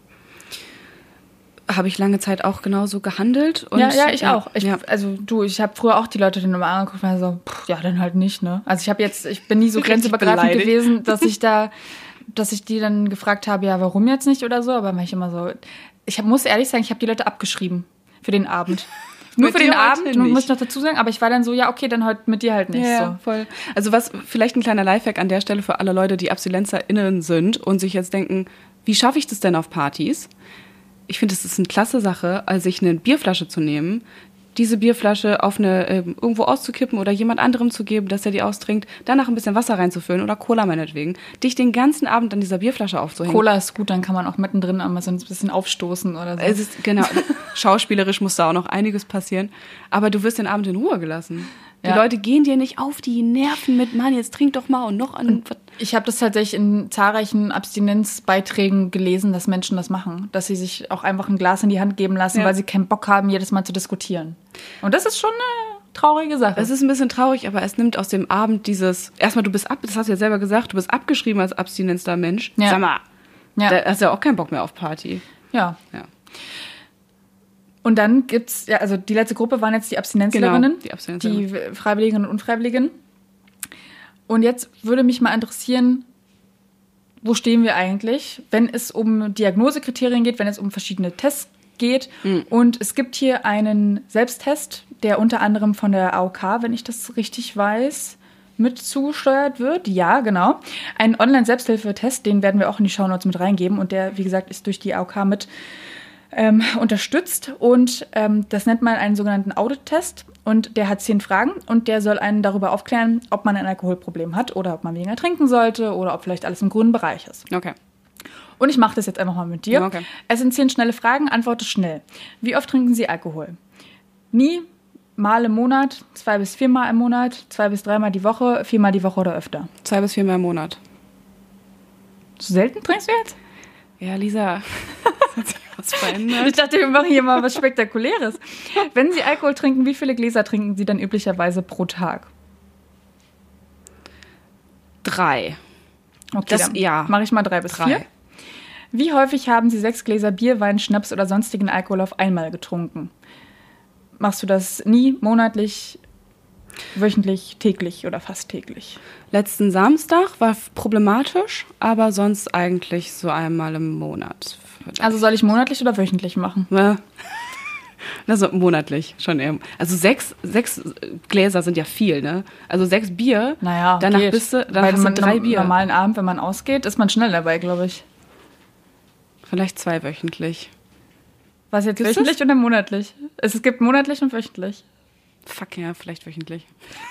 Habe ich lange Zeit auch genauso gehandelt. Und, ja, ja, ich auch. Ich, ja. Also du, ich habe früher auch die Leute dann immer angeguckt und war so, pff, ja, dann halt nicht, ne? Also ich habe jetzt, ich bin nie so Richtig grenzübergreifend beleidigt. gewesen, dass ich da, dass ich die dann gefragt habe, ja, warum jetzt nicht oder so, aber war ich immer so, ich hab, muss ehrlich sagen, ich habe die Leute abgeschrieben für den Abend. Nur Mit für den dir heute Abend, nicht. muss ich noch dazu sagen, aber ich war dann so, ja, okay, dann heute mit dir halt nicht. Ja, so. voll. Also was, vielleicht ein kleiner Lifehack an der Stelle für alle Leute, die AbstinenzerInnen sind und sich jetzt denken, wie schaffe ich das denn auf Partys? Ich finde, es ist eine klasse Sache, also sich eine Bierflasche zu nehmen, diese Bierflasche auf eine äh, irgendwo auszukippen oder jemand anderem zu geben, dass er die austrinkt, danach ein bisschen Wasser reinzufüllen oder Cola meinetwegen, dich den ganzen Abend an dieser Bierflasche aufzuhängen. Cola ist gut, dann kann man auch mittendrin einmal so ein bisschen aufstoßen oder so. Es ist, genau, schauspielerisch muss da auch noch einiges passieren, aber du wirst den Abend in Ruhe gelassen. Die Ja. Leute gehen dir nicht auf die Nerven mit, Mann, jetzt trink doch mal und noch an. Ich habe das tatsächlich in zahlreichen Abstinenzbeiträgen gelesen, dass Menschen das machen. Dass sie sich auch einfach ein Glas in die Hand geben lassen, Ja. weil sie keinen Bock haben, jedes Mal zu diskutieren. Und das ist schon eine traurige Sache. Es ist ein bisschen traurig, aber es nimmt aus dem Abend dieses, erstmal du bist ab, das hast du ja selber gesagt, du bist abgeschrieben als abstinenzter Mensch. Ja. Sag mal, Ja. da hast du ja auch keinen Bock mehr auf Party. ja. Ja. Und dann gibt's, ja, also die letzte Gruppe waren jetzt die Abstinenzlerinnen, Genau, die Abstinenzlerinnen. die Freiwilligen und Unfreiwilligen. Und jetzt würde mich mal interessieren, wo stehen wir eigentlich, wenn es um Diagnosekriterien geht, wenn es um verschiedene Tests geht. Mhm. Und es gibt hier einen Selbsttest, der unter anderem von der A O K, wenn ich das richtig weiß, mit zugesteuert wird. Ja, genau. Ein Online-Selbsthilfetest, den werden wir auch in die Shownotes mit reingeben. Und der, wie gesagt, ist durch die A O K mit ähm, unterstützt. Und ähm, das nennt man einen sogenannten Audit-Test. Und der hat zehn Fragen und der soll einen darüber aufklären, ob man ein Alkoholproblem hat oder ob man weniger trinken sollte oder ob vielleicht alles im grünen Bereich ist. Okay. Und ich mache das jetzt einfach mal mit dir. Okay. Es sind zehn schnelle Fragen, antworte schnell. Wie oft trinken Sie Alkohol? Nie, mal im Monat, zwei bis viermal im Monat, zwei bis dreimal die Woche, viermal die Woche oder öfter. Zwei bis viermal im Monat. So selten trinkst du jetzt? Ja, Lisa, das hat sich was verändert. Ich dachte, wir machen hier mal was Spektakuläres. Wenn Sie Alkohol trinken, wie viele Gläser trinken Sie dann üblicherweise pro Tag? Drei. Okay, Das- dann ja. mache ich mal drei bis Drei. vier. Wie häufig haben Sie sechs Gläser Bier, Wein, Schnaps oder sonstigen Alkohol auf einmal getrunken? Machst du das nie, monatlich, wöchentlich, täglich oder fast täglich? Letzten Samstag war problematisch, aber sonst eigentlich so einmal im Monat. Also soll ich monatlich oder wöchentlich machen? Ja. Also monatlich schon eher. Also sechs, sechs Gläser sind ja viel, ne? Also sechs Bier, Naja, danach geht. bist du, dann Bei hast du einem drei norm- Bier. normalen Abend, wenn man ausgeht, ist man schnell dabei, glaube ich. Vielleicht zwei wöchentlich. Was jetzt Gibt's wöchentlich oder monatlich? Es, es gibt monatlich und wöchentlich. Fuck ja, vielleicht wöchentlich.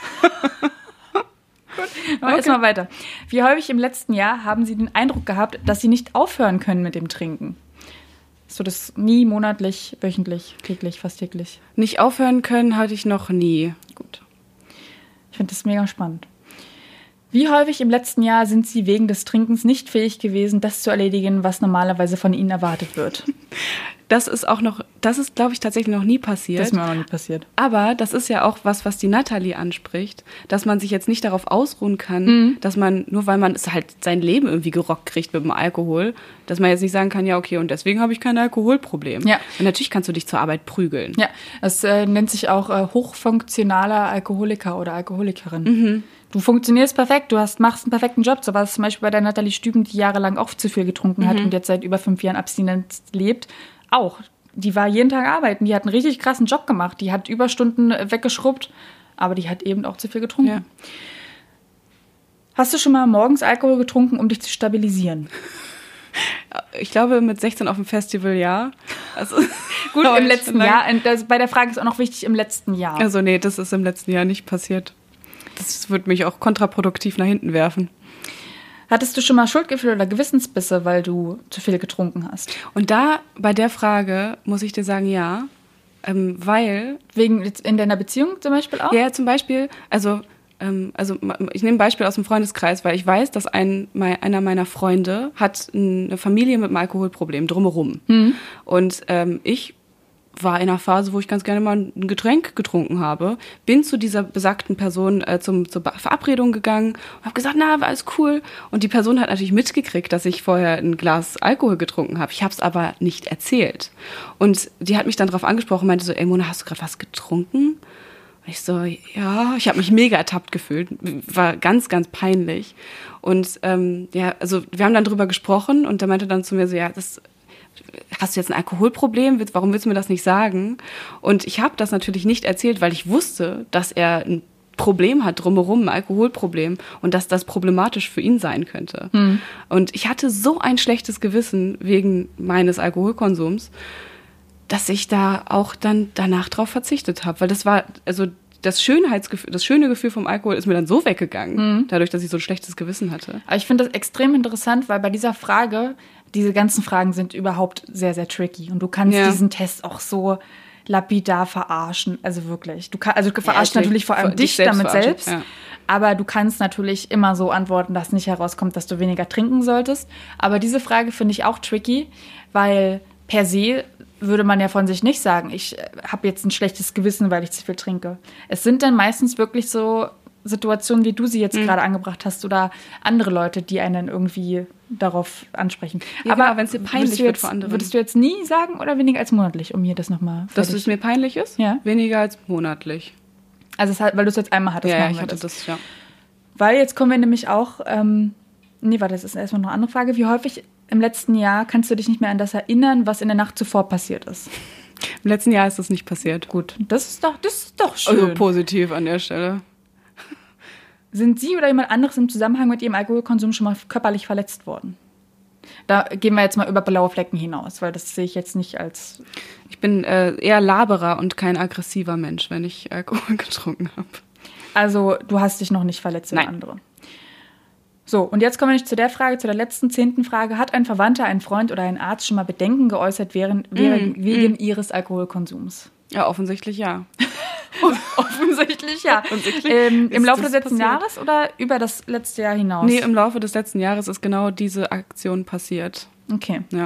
Aber jetzt mal weiter. Wie häufig im letzten Jahr haben Sie den Eindruck gehabt, dass Sie nicht aufhören können mit dem Trinken? So das nie, monatlich, wöchentlich, täglich, fast täglich. Nicht aufhören können hatte ich noch nie. Gut. Ich finde das mega spannend. Wie häufig im letzten Jahr sind Sie wegen des Trinkens nicht fähig gewesen, das zu erledigen, was normalerweise von Ihnen erwartet wird? Das ist auch noch, das ist, glaube ich, tatsächlich noch nie passiert. Das ist mir auch noch nie passiert. Aber das ist ja auch was, was die Nathalie anspricht, dass man sich jetzt nicht darauf ausruhen kann, dass man, nur weil man es halt sein Leben irgendwie gerockt kriegt mit dem Alkohol, dass man jetzt nicht sagen kann, ja, okay, und deswegen habe ich kein Alkoholproblem. Ja. Und natürlich kannst du dich zur Arbeit prügeln. Ja, das äh, nennt sich auch äh, hochfunktionaler Alkoholiker oder Alkoholikerin. Du funktionierst perfekt, du hast, machst einen perfekten Job. So war es zum Beispiel bei der Nathalie Stüben, die jahrelang auch zu viel getrunken hat und jetzt seit über fünf Jahren abstinent lebt. Auch. Die war jeden Tag arbeiten, die hat einen richtig krassen Job gemacht. Die hat Überstunden äh, weggeschrubbt, aber die hat eben auch zu viel getrunken. Ja. Hast du schon mal morgens Alkohol getrunken, um dich zu stabilisieren? Ich glaube, mit sechzehn auf dem Festival, ja. Also, gut, im letzten Jahr. Das, bei der Frage ist auch noch wichtig, im letzten Jahr. Also nee, das ist im letzten Jahr nicht passiert. Das würde mich auch kontraproduktiv nach hinten werfen. Hattest du schon mal Schuldgefühle oder Gewissensbisse, weil du zu viel getrunken hast? Und da, bei der Frage, muss ich dir sagen, ja. Ähm, weil... Wegen in deiner Beziehung zum Beispiel auch? Ja, zum Beispiel, also... Also ich nehme ein Beispiel aus dem Freundeskreis, weil ich weiß, dass ein, einer meiner Freunde hat eine Familie mit einem Alkoholproblem drumherum. Mhm. Und ähm, ich war in einer Phase, wo ich ganz gerne mal ein Getränk getrunken habe, bin zu dieser besagten Person äh, zum, zur Verabredung gegangen und habe gesagt, na, war alles cool. Und die Person hat natürlich mitgekriegt, dass ich vorher ein Glas Alkohol getrunken habe. Ich habe es aber nicht erzählt. Und die hat mich dann darauf angesprochen und meinte so, ey Mona, hast du gerade was getrunken? Und ich so, ja, ich habe mich mega ertappt gefühlt, war ganz, ganz peinlich. Und ähm, ja, also wir haben dann drüber gesprochen und der meinte dann zu mir so, ja, das, hast du jetzt ein Alkoholproblem? Warum willst du mir das nicht sagen? Und ich habe das natürlich nicht erzählt, weil ich wusste, dass er ein Problem hat drumherum, ein Alkoholproblem und dass das problematisch für ihn sein könnte. Hm. Und ich hatte so ein schlechtes Gewissen wegen meines Alkoholkonsums, dass ich da auch dann danach drauf verzichtet habe. Weil das war, also das Schönheitsgefühl, das schöne Gefühl vom Alkohol ist mir dann so weggegangen, mhm. dadurch, dass ich so ein schlechtes Gewissen hatte. Aber ich finde das extrem interessant, weil bei dieser Frage, diese ganzen Fragen sind überhaupt sehr, sehr tricky. Und du kannst ja. diesen Test auch so lapidar verarschen. Also wirklich. Du kann, also du verarschst ja, natürlich vor allem dich selbst damit selbst. Ja. Aber du kannst natürlich immer so antworten, dass nicht herauskommt, dass du weniger trinken solltest. Aber diese Frage finde ich auch tricky, weil per se würde man ja von sich nicht sagen, ich habe jetzt ein schlechtes Gewissen, weil ich zu viel trinke. Es sind dann meistens wirklich so Situationen, wie du sie jetzt mhm. gerade angebracht hast oder andere Leute, die einen irgendwie darauf ansprechen. Ja, aber genau, wenn es dir peinlich wird vor anderen. Würdest du jetzt nie sagen oder weniger als monatlich, um mir das nochmal... Dass es mir peinlich ist? Ja. Weniger als monatlich. Also es hat, weil du es jetzt einmal hattest. Ja, ich hatte das, ja. Weil jetzt kommen wir nämlich auch... Ähm, nee, warte, das ist erstmal noch eine andere Frage. Wie häufig im letzten Jahr kannst du dich nicht mehr an das erinnern, was in der Nacht zuvor passiert ist? Im letzten Jahr ist das nicht passiert. Gut, das ist doch, das ist doch schön. Also positiv an der Stelle. Sind Sie oder jemand anderes im Zusammenhang mit Ihrem Alkoholkonsum schon mal körperlich verletzt worden? Da gehen wir jetzt mal über blaue Flecken hinaus, weil das sehe ich jetzt nicht als... Ich bin äh, eher Laberer und kein aggressiver Mensch, wenn ich Alkohol getrunken habe. Also du hast dich noch nicht verletzt, Nein. andere. So, und jetzt kommen wir zu der Frage, zu der letzten, zehnten Frage. Hat ein Verwandter, ein Freund oder ein Arzt schon mal Bedenken geäußert während, während, mm, wegen mm. ihres Alkoholkonsums? Ja, offensichtlich ja. Offensichtlich ja. Offensichtlich ähm, Im Laufe des letzten passiert. Jahres oder über das letzte Jahr hinaus? Nee, im Laufe des letzten Jahres ist genau diese Aktion passiert. Okay. Ja.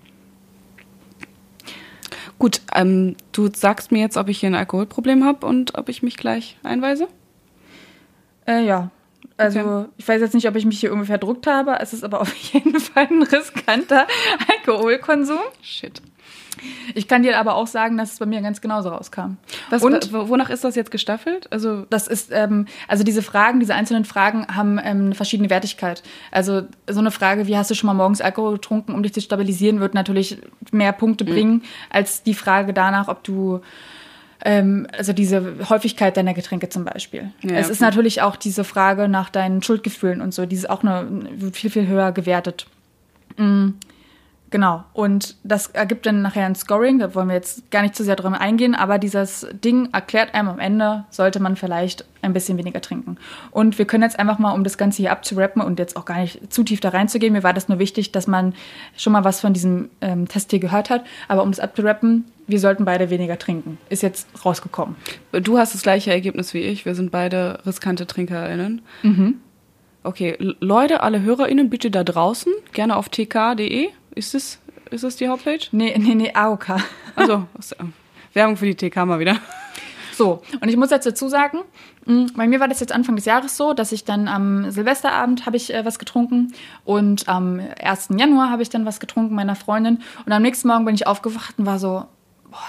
Gut, ähm, du sagst mir jetzt, ob ich hier ein Alkoholproblem habe und ob ich mich gleich einweise? Äh, ja. Also okay. Ich weiß jetzt nicht, ob ich mich hier irgendwie verdrückt habe. Es ist aber auf jeden Fall ein riskanter Alkoholkonsum. Shit. Ich kann dir aber auch sagen, dass es bei mir ganz genauso rauskam. Was, Und wonach ist das jetzt gestaffelt? Also das ist, ähm, also diese Fragen, diese einzelnen Fragen haben ähm, eine verschiedene Wertigkeit. Also so eine Frage, wie hast du schon mal morgens Alkohol getrunken, um dich zu stabilisieren, wird natürlich mehr Punkte mhm. bringen, als die Frage danach, ob du Ähm, also diese Häufigkeit deiner Getränke zum Beispiel. Ja, es okay. ist natürlich auch diese Frage nach deinen Schuldgefühlen und so, die ist auch eine, wird viel, viel höher gewertet. Mhm. Genau. Und das ergibt dann nachher ein Scoring, da wollen wir jetzt gar nicht zu sehr dran eingehen, aber dieses Ding erklärt einem am Ende, sollte man vielleicht ein bisschen weniger trinken. Und wir können jetzt einfach mal, um das Ganze hier abzurappen und jetzt auch gar nicht zu tief da reinzugehen, mir war das nur wichtig, dass man schon mal was von diesem ähm, Test hier gehört hat, aber um das abzurappen, wir sollten beide weniger trinken. Ist jetzt rausgekommen. Du hast das gleiche Ergebnis wie ich, wir sind beide riskante TrinkerInnen. Mhm. Okay, Leute, alle HörerInnen, bitte da draußen, gerne auf t k punkt d e. Ist das, ist das die Hauptpage? Nee, nee, nee, A O K. Also Werbung für die T K mal wieder. So, und ich muss jetzt dazu sagen, bei mir war das jetzt Anfang des Jahres so, dass ich dann am Silvesterabend habe ich äh, was getrunken und am ersten Januar habe ich dann was getrunken, meiner Freundin. Und am nächsten Morgen bin ich aufgewacht und war so, boah, ich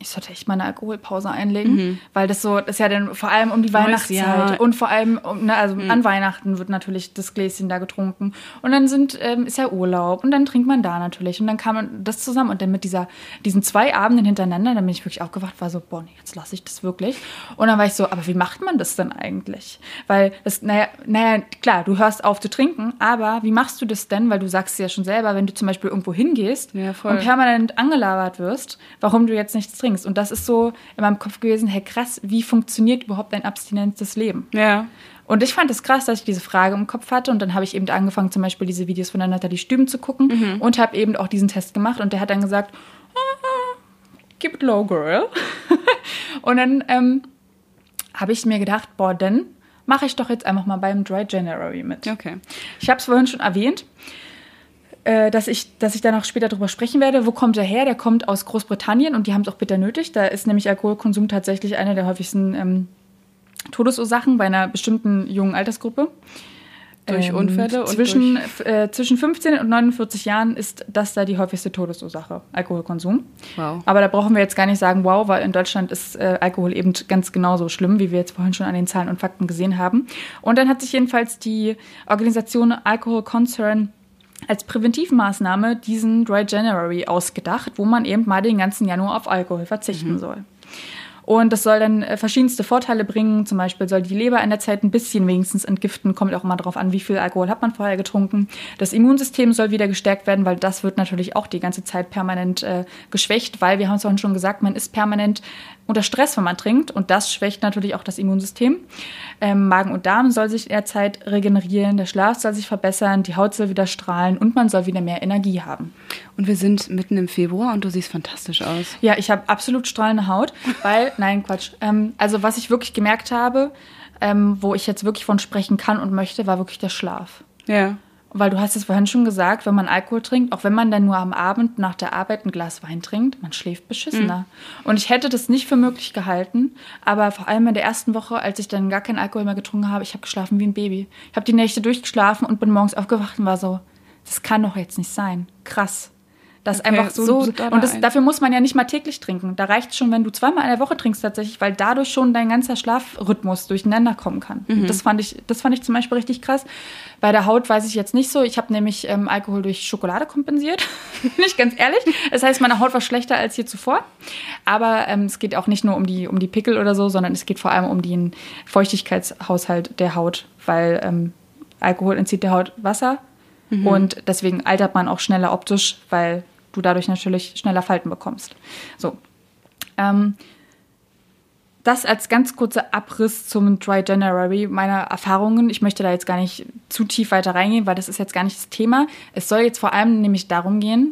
ich sollte echt mal eine Alkoholpause einlegen, mhm. weil das so, das ist ja dann vor allem um die Weihnachtszeit Jahr. und vor allem, um, ne, also mhm. an Weihnachten wird natürlich das Gläschen da getrunken und dann sind, ähm, ist ja Urlaub und dann trinkt man da natürlich und dann kam man das zusammen und dann mit dieser, diesen zwei Abenden hintereinander, dann bin ich wirklich aufgewacht, war so, boah, nee, jetzt lasse ich das wirklich und dann war ich so, aber wie macht man das denn eigentlich? Weil, das, naja, naja, klar, du hörst auf zu trinken, aber wie machst du das denn, weil du sagst ja schon selber, wenn du zum Beispiel irgendwo hingehst ja, und permanent angelabert wirst, warum du jetzt nichts trinkst. Und das ist so in meinem Kopf gewesen, hey krass, wie funktioniert überhaupt ein abstinentes Leben? Ja. Und ich fand es krass, dass ich diese Frage im Kopf hatte und dann habe ich eben angefangen, zum Beispiel diese Videos von der Nathalie Stüben zu gucken mhm. und habe eben auch diesen Test gemacht und der hat dann gesagt, ah, keep it low, girl. Und dann ähm, habe ich mir gedacht, boah, dann mache ich doch jetzt einfach mal beim Dry January mit. Okay. Ich habe es vorhin schon erwähnt, dass ich, dass ich da noch später drüber sprechen werde. Wo kommt er her? Der kommt aus Großbritannien und die haben es auch bitter nötig. Da ist nämlich Alkoholkonsum tatsächlich eine der häufigsten ähm, Todesursachen bei einer bestimmten jungen Altersgruppe. Durch Unfälle? Und zwischen, durch äh, zwischen fünfzehn und neunundvierzig Jahren ist das da die häufigste Todesursache, Alkoholkonsum. Wow. Aber da brauchen wir jetzt gar nicht sagen, wow, weil in Deutschland ist äh, Alkohol eben ganz genauso schlimm, wie wir jetzt vorhin schon an den Zahlen und Fakten gesehen haben. Und dann hat sich jedenfalls die Organisation Alcohol Concern als Präventivmaßnahme diesen Dry January ausgedacht, wo man eben mal den ganzen Januar auf Alkohol verzichten mhm. soll. Und das soll dann verschiedenste Vorteile bringen. Zum Beispiel soll die Leber in der Zeit ein bisschen wenigstens entgiften. Kommt auch immer darauf an, wie viel Alkohol hat man vorher getrunken. Das Immunsystem soll wieder gestärkt werden, weil das wird natürlich auch die ganze Zeit permanent äh, geschwächt, weil wir haben es vorhin schon gesagt, man ist permanent unter Stress, wenn man trinkt. Und das schwächt natürlich auch das Immunsystem. Ähm, Magen und Darm soll sich in der Zeit regenerieren, der Schlaf soll sich verbessern, die Haut soll wieder strahlen und man soll wieder mehr Energie haben. Und wir sind mitten im Februar und du siehst fantastisch aus. Ja, ich habe absolut strahlende Haut, weil, nein, Quatsch. Ähm, also was ich wirklich gemerkt habe, ähm, wo ich jetzt wirklich von sprechen kann und möchte, war wirklich der Schlaf. Ja. Weil du hast es vorhin schon gesagt, wenn man Alkohol trinkt, auch wenn man dann nur am Abend nach der Arbeit ein Glas Wein trinkt, man schläft beschissener. Mhm. Und ich hätte das nicht für möglich gehalten, aber vor allem in der ersten Woche, als ich dann gar keinen Alkohol mehr getrunken habe, ich habe geschlafen wie ein Baby. Ich habe die Nächte durchgeschlafen und bin morgens aufgewacht und war so, das kann doch jetzt nicht sein. Krass. Das okay, einfach so, so und das, dafür muss man ja nicht mal täglich trinken. Da reicht es schon, wenn du zweimal in der Woche trinkst tatsächlich, weil dadurch schon dein ganzer Schlafrhythmus durcheinander kommen kann. Mhm. Das fand ich, das fand ich zum Beispiel richtig krass. Bei der Haut weiß ich jetzt nicht so. Ich habe nämlich ähm, Alkohol durch Schokolade kompensiert. Nicht ganz ehrlich. Das heißt, meine Haut war schlechter als je zuvor. Aber ähm, es geht auch nicht nur um die, um die Pickel oder so, sondern es geht vor allem um den Feuchtigkeitshaushalt der Haut, weil ähm, Alkohol entzieht der Haut Wasser. Mhm. Und deswegen altert man auch schneller optisch, weil du dadurch natürlich schneller Falten bekommst. So. Ähm, das als ganz kurzer Abriss zum Dry January meiner Erfahrungen. Ich möchte da jetzt gar nicht zu tief weiter reingehen, weil das ist jetzt gar nicht das Thema. Es soll jetzt vor allem nämlich darum gehen,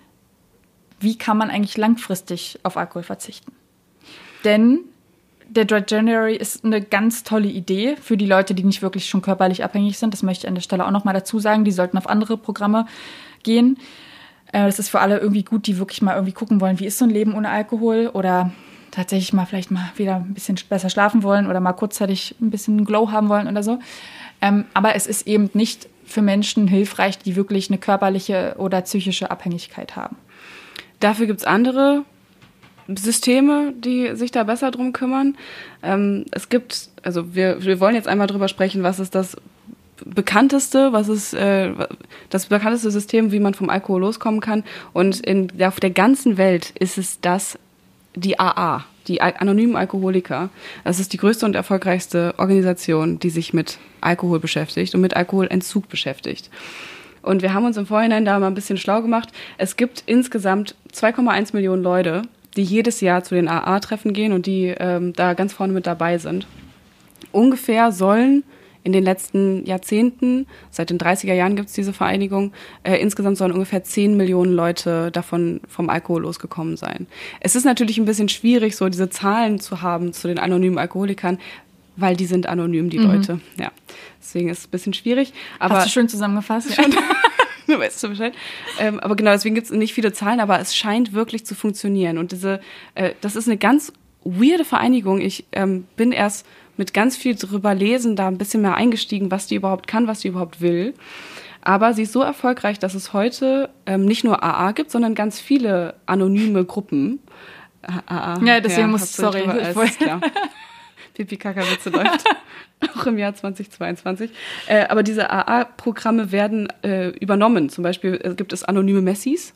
wie kann man eigentlich langfristig auf Alkohol verzichten. Denn der Dry January ist eine ganz tolle Idee für die Leute, die nicht wirklich schon körperlich abhängig sind. Das möchte ich an der Stelle auch noch mal dazu sagen. Die sollten auf andere Programme gehen. Das ist für alle irgendwie gut, die wirklich mal irgendwie gucken wollen, wie ist so ein Leben ohne Alkohol oder tatsächlich mal vielleicht mal wieder ein bisschen besser schlafen wollen oder mal kurzzeitig ein bisschen Glow haben wollen oder so. Ähm, aber es ist eben nicht für Menschen hilfreich, die wirklich eine körperliche oder psychische Abhängigkeit haben. Dafür gibt es andere Systeme, die sich da besser drum kümmern. Ähm, es gibt, also wir, wir wollen jetzt einmal drüber sprechen, was ist das bekannteste, was ist äh, das bekannteste System, wie man vom Alkohol loskommen kann. Und in, auf der ganzen Welt ist es das, die A A, die Anonymen Alkoholiker. Das ist die größte und erfolgreichste Organisation, die sich mit Alkohol beschäftigt und mit Alkoholentzug beschäftigt. Und wir haben uns im Vorhinein da mal ein bisschen schlau gemacht. Es gibt insgesamt zwei Komma eins Millionen Leute, die jedes Jahr zu den A A-Treffen gehen und die ähm, da ganz vorne mit dabei sind. Ungefähr sollen in den letzten Jahrzehnten, seit den dreißiger Jahren gibt es diese Vereinigung, äh, insgesamt sollen ungefähr zehn Millionen Leute davon vom Alkohol losgekommen sein. Es ist natürlich ein bisschen schwierig, so diese Zahlen zu haben zu den anonymen Alkoholikern, weil die sind anonym, die mhm. Leute. Ja, deswegen ist es ein bisschen schwierig. Aber hast du schön zusammengefasst? Ja. Du weißt du Bescheid. Ähm, aber genau, deswegen gibt es nicht viele Zahlen, aber es scheint wirklich zu funktionieren. Und diese, äh, das ist eine ganz weirde Vereinigung. Ich ähm, bin erst mit ganz viel drüber lesen, da ein bisschen mehr eingestiegen, was die überhaupt kann, was die überhaupt will. Aber sie ist so erfolgreich, dass es heute ähm, nicht nur A A gibt, sondern ganz viele anonyme Gruppen, Ah, ah, ja, deswegen ja, muss ich, sorry. Alles klar. Pipi-Kaka-Witze läuft. Auch im Jahr zweitausendzweiundzwanzig. Äh, aber diese A A-Programme werden äh, übernommen. Zum Beispiel äh, gibt es anonyme Messis.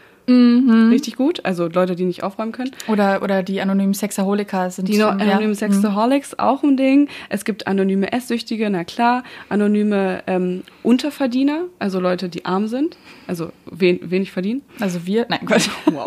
Mhm. Richtig gut. Also Leute, die nicht aufräumen können. Oder, oder die anonymen Sexaholiker sind. Die no- anonymen ja. Sexaholics, mhm. auch ein Ding. Es gibt anonyme Esssüchtige, na klar. Anonyme ähm, Unterverdiener, also Leute, die arm sind. Also wen, wenig verdienen. Also wir? Nein, Gott. Wow.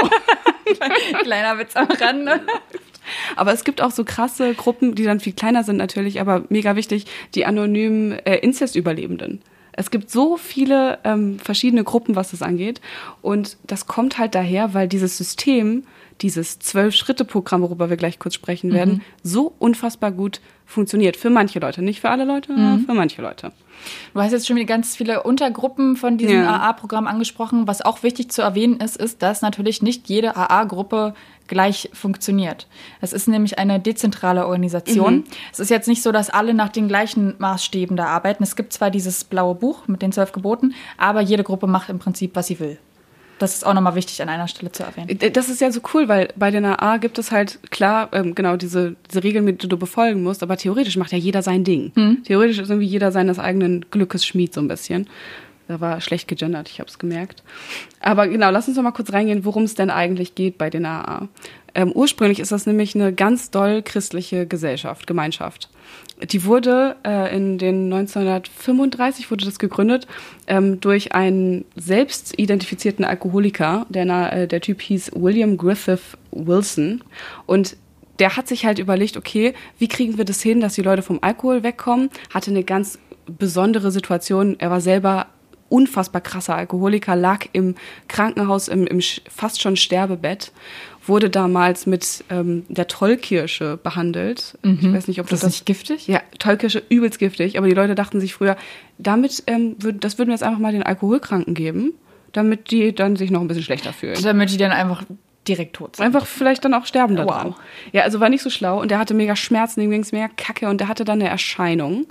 Kleiner Witz am Rande. Aber es gibt auch so krasse Gruppen, die dann viel kleiner sind natürlich, aber mega wichtig, die anonymen äh, Inzestüberlebenden. Es gibt so viele ähm, verschiedene Gruppen, was das angeht. Und das kommt halt daher, weil dieses System, dieses Zwölf-Schritte-Programm, worüber wir gleich kurz sprechen werden, mhm. so unfassbar gut funktioniert. Für manche Leute. Nicht für alle Leute, mhm. aber für manche Leute. Du hast jetzt schon wieder ganz viele Untergruppen von diesem ja. A A-Programm angesprochen. Was auch wichtig zu erwähnen ist, ist, dass natürlich nicht jede A A-Gruppe gleich funktioniert. Es ist nämlich eine dezentrale Organisation. Mhm. Es ist jetzt nicht so, dass alle nach den gleichen Maßstäben da arbeiten. Es gibt zwar dieses blaue Buch mit den zwölf Geboten, aber jede Gruppe macht im Prinzip, was sie will. Das ist auch nochmal wichtig an einer Stelle zu erwähnen. Das ist ja so cool, weil bei den A A gibt es halt klar, ähm, genau, diese, diese Regeln, die du befolgen musst, aber theoretisch macht ja jeder sein Ding. Mhm. Theoretisch ist irgendwie jeder seines eigenen Glückes Schmied so ein bisschen. Da war schlecht gegendert, ich habe es gemerkt. Aber genau, lass uns doch mal kurz reingehen, worum es denn eigentlich geht bei den A A. Ähm, ursprünglich ist das nämlich eine ganz doll christliche Gesellschaft, Gemeinschaft. Die wurde äh, in den neunzehnhundertfünfunddreißig wurde das gegründet ähm, durch einen selbst identifizierten Alkoholiker, der, äh, der Typ hieß William Griffith Wilson. Und der hat sich halt überlegt, okay, wie kriegen wir das hin, dass die Leute vom Alkohol wegkommen? Hatte eine ganz besondere Situation. Er war selber unfassbar krasser Alkoholiker, lag im Krankenhaus im, im fast schon Sterbebett, wurde damals mit ähm, der Tollkirsche behandelt. Mhm. Ich weiß nicht, ob das, das nicht giftig? Ja, Tollkirsche übelst giftig, aber die Leute dachten sich früher, damit ähm, würd, das würden wir jetzt einfach mal den Alkoholkranken geben, damit die dann sich noch ein bisschen schlechter fühlen. Damit die dann einfach direkt tot sind. Einfach vielleicht dann auch sterben daran. Wow. Ja, also war nicht so schlau und der hatte mega Schmerzen, ihm ging es mega kacke und der hatte dann eine Erscheinung.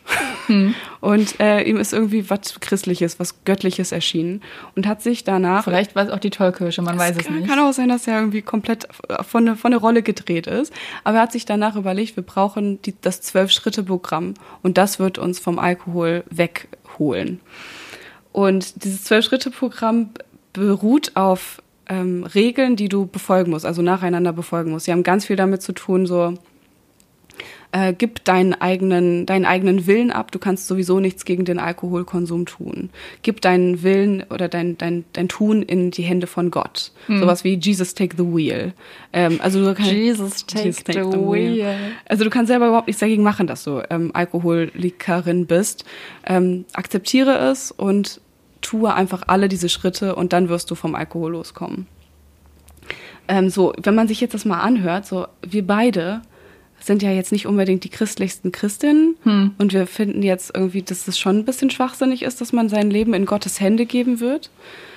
Hm. Und äh, ihm ist irgendwie was Christliches, was Göttliches erschienen und hat sich danach... Vielleicht war es auch die Tollkirsche, man weiß es kann, nicht. Kann auch sein, dass er irgendwie komplett von der von der Rolle gedreht ist. Aber er hat sich danach überlegt, wir brauchen die, das Zwölf-Schritte-Programm und das wird uns vom Alkohol wegholen. Und dieses Zwölf-Schritte-Programm beruht auf Ähm, Regeln, die du befolgen musst, also nacheinander befolgen musst. Sie haben ganz viel damit zu tun, so äh, gib deinen eigenen, deinen eigenen Willen ab, du kannst sowieso nichts gegen den Alkoholkonsum tun. Gib deinen Willen oder dein, dein, dein Tun in die Hände von Gott. Mhm. Sowas wie Jesus take the wheel. Ähm, also du kannst, Jesus take, Jesus take the, the wheel. wheel. Also du kannst selber überhaupt nichts dagegen machen, dass du ähm, Alkoholikerin bist. Ähm, akzeptiere es und tue einfach alle diese Schritte und dann wirst du vom Alkohol loskommen. Ähm, so, wenn man sich jetzt das mal anhört, so wir beide sind ja jetzt nicht unbedingt die christlichsten Christinnen hm. und wir finden jetzt irgendwie, dass es schon ein bisschen schwachsinnig ist, dass man sein Leben in Gottes Hände geben wird.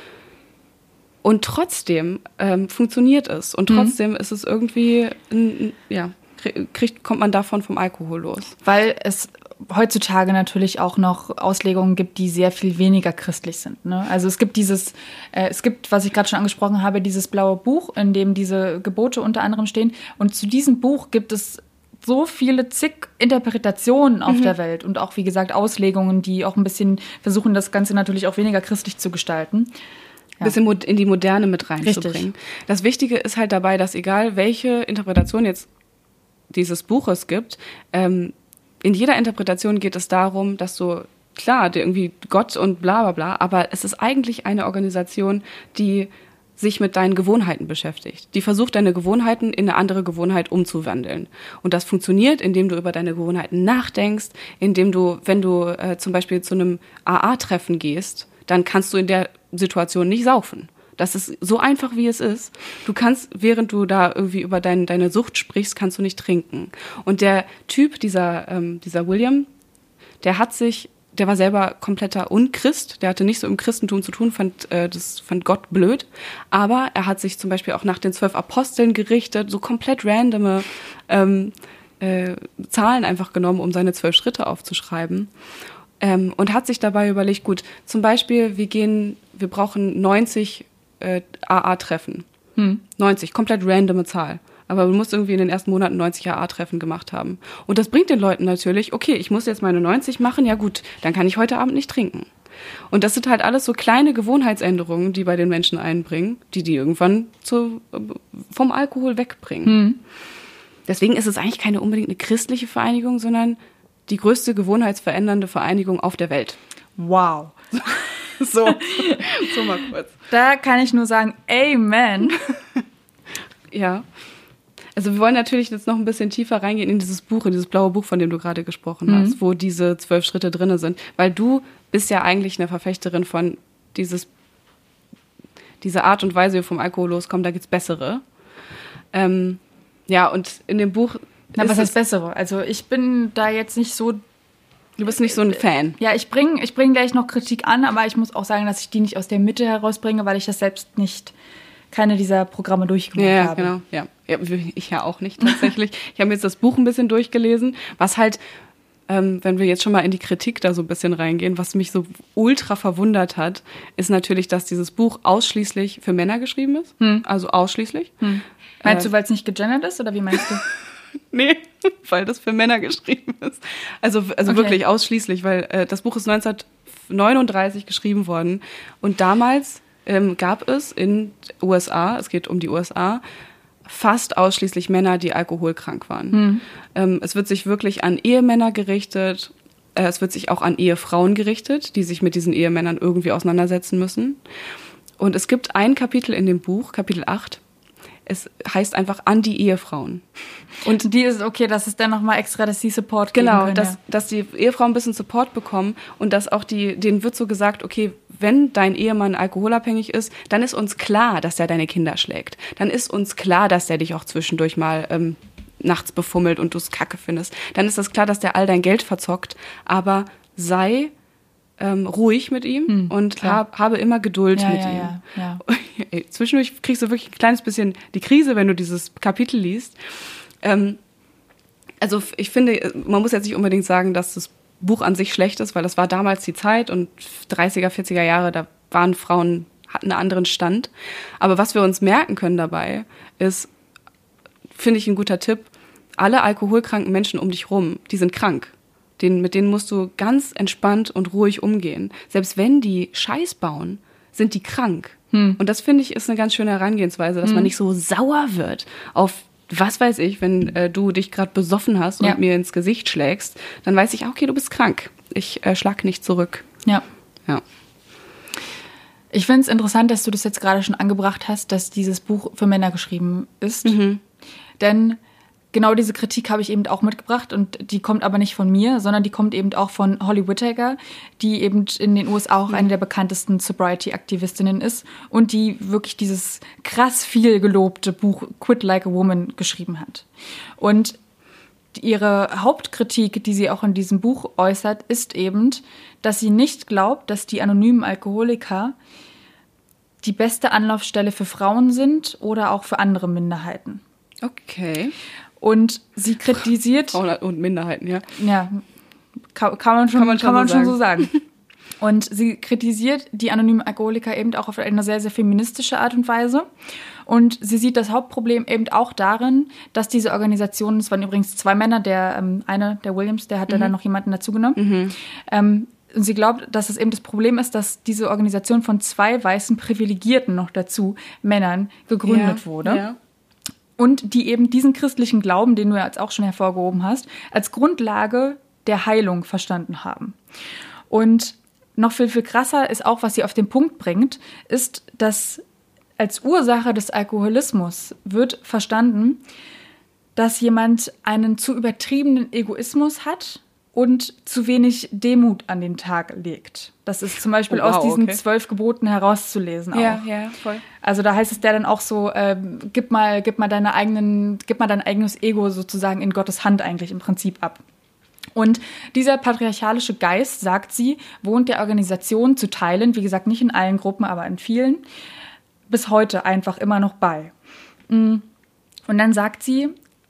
Und trotzdem ähm, funktioniert es und trotzdem hm. ist es irgendwie, ein, ja, kriegt, kommt man davon vom Alkohol los. Weil es heutzutage natürlich auch noch Auslegungen gibt, die sehr viel weniger christlich sind. Ne? Also es gibt dieses, äh, es gibt, was ich gerade schon angesprochen habe, dieses blaue Buch, in dem diese Gebote unter anderem stehen. Und zu diesem Buch gibt es so viele zig Interpretationen auf mhm. der Welt und auch, wie gesagt, Auslegungen, die auch ein bisschen versuchen, das Ganze natürlich auch weniger christlich zu gestalten. Ein bisschen in die Moderne mit reinzubringen. Richtig. Das Wichtige ist halt dabei, dass egal welche Interpretation jetzt dieses Buches gibt, ähm, in jeder Interpretation geht es darum, dass du, klar, irgendwie Gott und bla bla bla, aber es ist eigentlich eine Organisation, die sich mit deinen Gewohnheiten beschäftigt. Die versucht, deine Gewohnheiten in eine andere Gewohnheit umzuwandeln. Und das funktioniert, indem du über deine Gewohnheiten nachdenkst, indem du, wenn du äh, zum Beispiel zu einem A A-Treffen gehst, dann kannst du in der Situation nicht saufen. Das ist so einfach, wie es ist. Du kannst, während du da irgendwie über dein, deine Sucht sprichst, kannst du nicht trinken. Und der Typ, dieser, ähm, dieser William, der hat sich, der war selber kompletter Unchrist, der hatte nicht so im Christentum zu tun, fand, äh, das fand Gott blöd. Aber er hat sich zum Beispiel auch nach den zwölf Aposteln gerichtet, so komplett randome ähm, äh, Zahlen einfach genommen, um seine zwölf Schritte aufzuschreiben. Ähm, und hat sich dabei überlegt, gut, zum Beispiel, wir gehen, wir brauchen neunzig A A-Treffen. Hm. neunzig, komplett randome Zahl. Aber du musst irgendwie in den ersten Monaten neunzig A A-Treffen gemacht haben. Und das bringt den Leuten natürlich, okay, ich muss jetzt meine neunzig machen, ja gut, dann kann ich heute Abend nicht trinken. Und das sind halt alles so kleine Gewohnheitsänderungen, die bei den Menschen einbringen, die die irgendwann zu, vom Alkohol wegbringen. Hm. Deswegen ist es eigentlich keine unbedingt eine christliche Vereinigung, sondern die größte gewohnheitsverändernde Vereinigung auf der Welt. Wow. So, so mal kurz. Da kann ich nur sagen, Amen. Ja. Also wir wollen natürlich jetzt noch ein bisschen tiefer reingehen in dieses Buch, in dieses blaue Buch, von dem du gerade gesprochen mhm. hast, wo diese zwölf Schritte drin sind. Weil du bist ja eigentlich eine Verfechterin von dieses, diese Art und Weise, wie wir vom Alkohol loskommen, da gibt's bessere. Ähm, ja, und in dem Buch... Na, was heißt bessere? Also ich bin da jetzt nicht so... Du bist nicht so ein Fan. Ja, ich bringe ich bring gleich noch Kritik an, aber ich muss auch sagen, dass ich die nicht aus der Mitte herausbringe, weil ich das selbst nicht... keine dieser Programme durchgemacht ja, habe. Genau. Ja, genau. Ja, ich ja auch nicht tatsächlich. Ich habe mir jetzt das Buch ein bisschen durchgelesen, was halt, ähm, wenn wir jetzt schon mal in die Kritik da so ein bisschen reingehen, was mich so ultra verwundert hat, ist natürlich, dass dieses Buch ausschließlich für Männer geschrieben ist. Hm. Also ausschließlich. Hm. Meinst äh, du, weil es nicht gegendert ist, oder wie meinst du? Nee, weil das für Männer geschrieben ist. Also, also okay. Wirklich ausschließlich, weil äh, das Buch ist neunzehnhundertneununddreißig geschrieben worden und damals Ähm, gab es in U S A, es geht um die U S A, fast ausschließlich Männer, die alkoholkrank waren. Hm. Ähm, es wird sich wirklich an Ehemänner gerichtet, äh, es wird sich auch an Ehefrauen gerichtet, die sich mit diesen Ehemännern irgendwie auseinandersetzen müssen. Und es gibt ein Kapitel in dem Buch, Kapitel acht, es heißt einfach an die Ehefrauen. Und die ist okay, dass es dann nochmal extra, dass die Support geben Genau, können, dass, ja. dass die Ehefrauen ein bisschen Support bekommen und dass auch die, denen wird so gesagt, okay, wenn dein Ehemann alkoholabhängig ist, dann ist uns klar, dass er deine Kinder schlägt. Dann ist uns klar, dass er dich auch zwischendurch mal ähm, nachts befummelt und du es kacke findest. Dann ist das klar, dass der all dein Geld verzockt, aber sei ähm, ruhig mit ihm hm, und hab, habe immer Geduld ja, mit ja, ihm. Ja, ja. Ey, zwischendurch kriegst du wirklich ein kleines bisschen die Krise, wenn du dieses Kapitel liest. Ähm, also ich finde, man muss jetzt nicht unbedingt sagen, dass das Buch an sich schlecht ist, weil das war damals die Zeit und dreißiger, vierziger Jahre, da waren Frauen, hatten einen anderen Stand. Aber was wir uns merken können dabei, ist, finde ich ein guter Tipp, alle alkoholkranken Menschen um dich rum, die sind krank. Den, mit denen musst du ganz entspannt und ruhig umgehen. Selbst wenn die Scheiß bauen, sind die krank. Hm. Und das, finde ich, ist eine ganz schöne Herangehensweise, dass hm. man nicht so sauer wird auf, was weiß ich, wenn äh, du dich gerade besoffen hast und ja. mir ins Gesicht schlägst, dann weiß ich, okay, du bist krank. Ich äh, schlag nicht zurück. Ja. Ja. Ich finde es interessant, dass du das jetzt gerade schon angebracht hast, dass dieses Buch für Männer geschrieben ist. Mhm. Denn genau diese Kritik habe ich eben auch mitgebracht und die kommt aber nicht von mir, sondern die kommt eben auch von Holly Whittaker, die eben in den U S A auch eine der bekanntesten Sobriety-Aktivistinnen ist und die wirklich dieses krass viel gelobte Buch Quit Like a Woman geschrieben hat. Und ihre Hauptkritik, die sie auch in diesem Buch äußert, ist eben, dass sie nicht glaubt, dass die anonymen Alkoholiker die beste Anlaufstelle für Frauen sind oder auch für andere Minderheiten. Okay. Und sie kritisiert... Frauen und Minderheiten, ja. Ja, kann, kann man schon, kann man schon, kann man so, schon sagen. so sagen. Und sie kritisiert die anonymen Alkoholiker eben auch auf eine sehr, sehr feministische Art und Weise. Und sie sieht das Hauptproblem eben auch darin, dass diese Organisationen, es waren übrigens zwei Männer, der ähm, eine, der Williams, der hatte mhm. dann noch jemanden dazugenommen. Mhm. Ähm, und sie glaubt, dass es eben das Problem ist, dass diese Organisation von zwei weißen Privilegierten noch dazu Männern gegründet ja, wurde. Ja. Und die eben diesen christlichen Glauben, den du ja jetzt auch schon hervorgehoben hast, als Grundlage der Heilung verstanden haben. Und noch viel, viel krasser ist auch, was sie auf den Punkt bringt, ist, dass als Ursache des Alkoholismus wird verstanden, dass jemand einen zu übertriebenen Egoismus hat und zu wenig Demut an den Tag legt. Das ist zum Beispiel oh, wow, aus diesen okay. zwölf Geboten herauszulesen auch. Ja, ja, voll. Also da heißt es der dann auch so, äh, gib mal, gib mal deine eigenen, gib mal dein eigenes Ego sozusagen in Gottes Hand eigentlich im Prinzip ab. Und dieser patriarchalische Geist, sagt sie, wohnt der Organisation zu Teilen, wie gesagt, nicht in allen Gruppen, aber in vielen, bis heute einfach immer noch bei. Und dann sagt sie,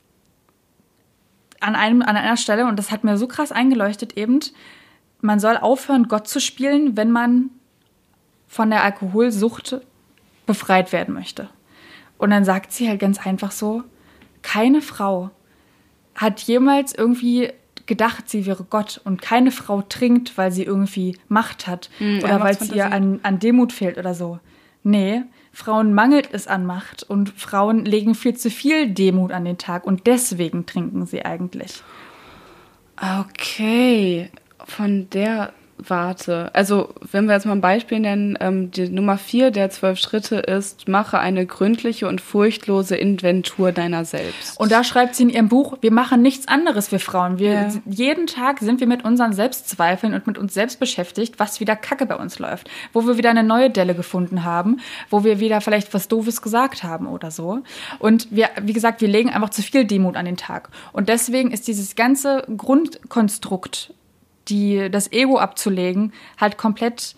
An, einem, an einer Stelle, und das hat mir so krass eingeleuchtet eben, man soll aufhören, Gott zu spielen, wenn man von der Alkoholsucht befreit werden möchte. Und dann sagt sie halt ganz einfach so, keine Frau hat jemals irgendwie gedacht, sie wäre Gott, und keine Frau trinkt, weil sie irgendwie Macht hat mhm, oder weil es ihr an, an Demut fehlt oder so. Nee, Frauen mangelt es an Macht und Frauen legen viel zu viel Demut an den Tag und deswegen trinken sie eigentlich. Okay, von der Warte. Also, wenn wir jetzt mal ein Beispiel nennen, ähm, die Nummer vier der zwölf Schritte ist, mache eine gründliche und furchtlose Inventur deiner selbst. Und da schreibt sie in ihrem Buch, wir machen nichts anderes, wir Frauen. Wir, ja. Jeden Tag sind wir mit unseren Selbstzweifeln und mit uns selbst beschäftigt, was wieder Kacke bei uns läuft. Wo wir wieder eine neue Delle gefunden haben, wo wir wieder vielleicht was Doofes gesagt haben oder so. Und wir, wie gesagt, wir legen einfach zu viel Demut an den Tag. Und deswegen ist dieses ganze Grundkonstrukt, die, das Ego abzulegen, halt komplett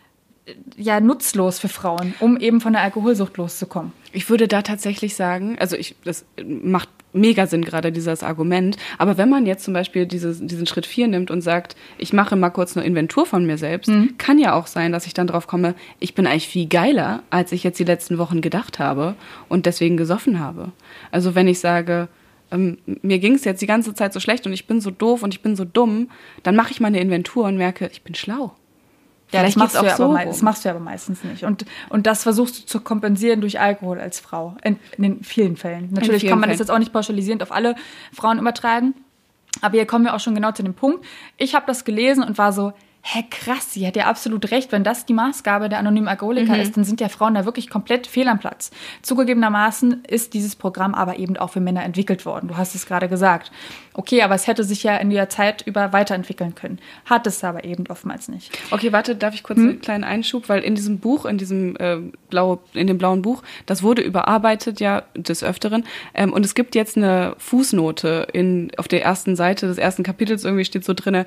ja, nutzlos für Frauen, um eben von der Alkoholsucht loszukommen. Ich würde da tatsächlich sagen, also ich, das macht mega Sinn gerade, dieses Argument, aber wenn man jetzt zum Beispiel dieses, diesen Schritt vier nimmt und sagt, ich mache mal kurz eine Inventur von mir selbst, mhm. kann ja auch sein, dass ich dann drauf komme, ich bin eigentlich viel geiler, als ich jetzt die letzten Wochen gedacht habe und deswegen gesoffen habe. Also wenn ich sage, Ähm, mir ging es jetzt die ganze Zeit so schlecht und ich bin so doof und ich bin so dumm, dann mache ich mal eine Inventur und merke, ich bin schlau. Ja, das machst, auch ja so aber, das machst du ja aber meistens nicht. Und, und das versuchst du zu kompensieren durch Alkohol als Frau. In, in den vielen Fällen. Natürlich vielen kann man Fällen. Das jetzt auch nicht pauschalisierend auf alle Frauen übertragen. Aber hier kommen wir auch schon genau zu dem Punkt. Ich habe das gelesen und war so, hä, krass, sie hat ja absolut recht. Wenn das die Maßgabe der anonymen Alkoholiker mhm. ist, dann sind ja Frauen da wirklich komplett fehl am Platz. Zugegebenermaßen ist dieses Programm aber eben auch für Männer entwickelt worden. Du hast es gerade gesagt. Okay, aber es hätte sich ja in der Zeit über weiterentwickeln können. Hat es aber eben oftmals nicht. Okay, warte, darf ich kurz hm? einen kleinen Einschub? Weil in diesem Buch, in diesem äh, blaue, in dem blauen Buch, das wurde überarbeitet ja des Öfteren. Ähm, und es gibt jetzt eine Fußnote in, auf der ersten Seite des ersten Kapitels, irgendwie steht so drinne,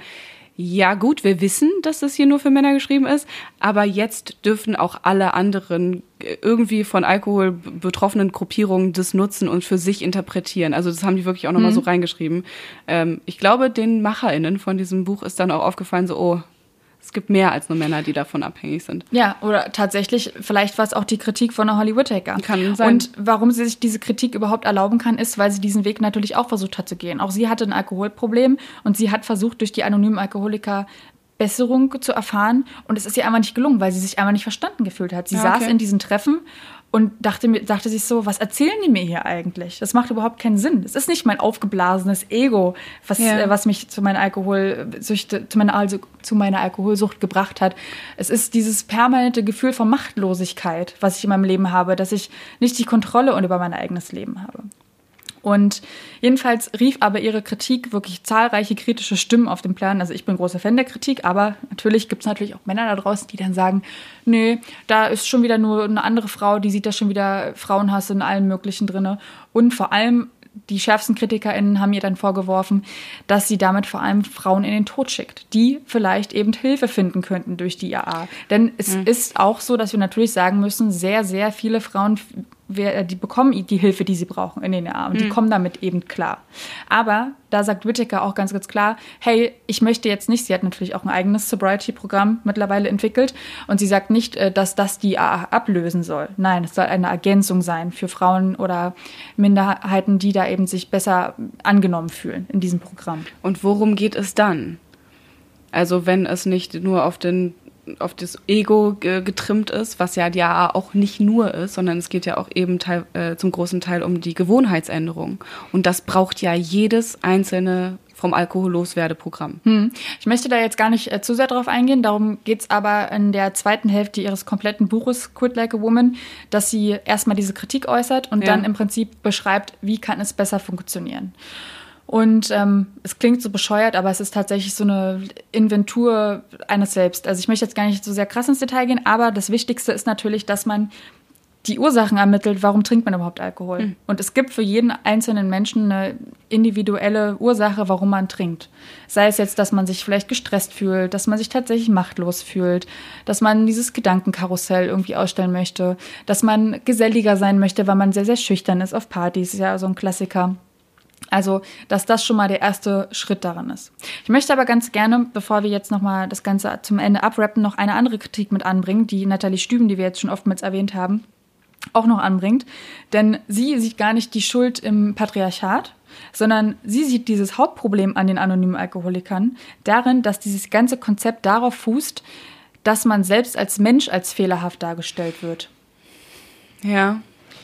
ja gut, wir wissen, dass das hier nur für Männer geschrieben ist, aber jetzt dürfen auch alle anderen irgendwie von Alkohol betroffenen Gruppierungen das nutzen und für sich interpretieren. Also das haben die wirklich auch nochmal mhm. so reingeschrieben. Ähm, ich glaube, den MacherInnen von diesem Buch ist dann auch aufgefallen, so, oh, es gibt mehr als nur Männer, die davon abhängig sind. Ja, oder tatsächlich, vielleicht war es auch die Kritik von der Holly Whittaker. Kann sein. Und warum sie sich diese Kritik überhaupt erlauben kann, ist, weil sie diesen Weg natürlich auch versucht hat zu gehen. Auch sie hatte ein Alkoholproblem und sie hat versucht, durch die anonymen Alkoholiker Besserung zu erfahren. Und es ist ihr einfach nicht gelungen, weil sie sich einfach nicht verstanden gefühlt hat. Sie ja, okay. saß in diesen Treffen und dachte, mir, dachte sich so, was erzählen die mir hier eigentlich? Das macht überhaupt keinen Sinn. Es ist nicht mein aufgeblasenes Ego, was, ja. äh, was mich zu meiner Alkoholsucht, zu meiner, also, zu meiner Alkoholsucht gebracht hat. Es ist dieses permanente Gefühl von Machtlosigkeit, was ich in meinem Leben habe, dass ich nicht die Kontrolle über mein eigenes Leben habe. Und jedenfalls rief aber ihre Kritik wirklich zahlreiche kritische Stimmen auf den Plan. Also ich bin großer Fan der Kritik, aber natürlich gibt es natürlich auch Männer da draußen, die dann sagen, nee, da ist schon wieder nur eine andere Frau, die sieht da schon wieder Frauenhass in allem Möglichen drin. Und vor allem die schärfsten KritikerInnen haben ihr dann vorgeworfen, dass sie damit vor allem Frauen in den Tod schickt, die vielleicht eben Hilfe finden könnten durch die I A A. Denn es mhm. ist auch so, dass wir natürlich sagen müssen, sehr, sehr viele Frauen, die bekommen die Hilfe, die sie brauchen in den I A A und mhm. die kommen damit eben klar. Aber da sagt Whittaker auch ganz, ganz klar, hey, ich möchte jetzt nicht, sie hat natürlich auch ein eigenes Sobriety-Programm mittlerweile entwickelt und sie sagt nicht, dass das die I A A ablösen soll. Nein, es soll eine Ergänzung sein für Frauen oder Minderheiten, die da eben sich besser angenommen fühlen in diesem Programm. Und worum geht es dann? Also wenn es nicht nur auf den auf das Ego ge- getrimmt ist, was ja die I A A auch nicht nur ist, sondern es geht ja auch eben teil, äh, zum großen Teil um die Gewohnheitsänderung. Und das braucht ja jedes einzelne vom Alkohol-Loswerde-Programm. Hm. Ich möchte da jetzt gar nicht äh, zu sehr drauf eingehen, darum geht es aber in der zweiten Hälfte ihres kompletten Buches Quit Like a Woman, dass sie erstmal diese Kritik äußert und ja. dann im Prinzip beschreibt, wie kann es besser funktionieren. Und ähm, es klingt so bescheuert, aber es ist tatsächlich so eine Inventur eines Selbst. Also ich möchte jetzt gar nicht so sehr krass ins Detail gehen, aber das Wichtigste ist natürlich, dass man die Ursachen ermittelt, warum trinkt man überhaupt Alkohol. Mhm. Und es gibt für jeden einzelnen Menschen eine individuelle Ursache, warum man trinkt. Sei es jetzt, dass man sich vielleicht gestresst fühlt, dass man sich tatsächlich machtlos fühlt, dass man dieses Gedankenkarussell irgendwie ausstellen möchte, dass man geselliger sein möchte, weil man sehr, sehr schüchtern ist auf Partys, ist ja so ein Klassiker. Also, dass das schon mal der erste Schritt daran ist. Ich möchte aber ganz gerne, bevor wir jetzt nochmal das Ganze zum Ende abrappen, noch eine andere Kritik mit anbringen, die Nathalie Stüben, die wir jetzt schon oftmals erwähnt haben, auch noch anbringt. Denn sie sieht gar nicht die Schuld im Patriarchat, sondern sie sieht dieses Hauptproblem an den anonymen Alkoholikern darin, dass dieses ganze Konzept darauf fußt, dass man selbst als Mensch als fehlerhaft dargestellt wird. Ja.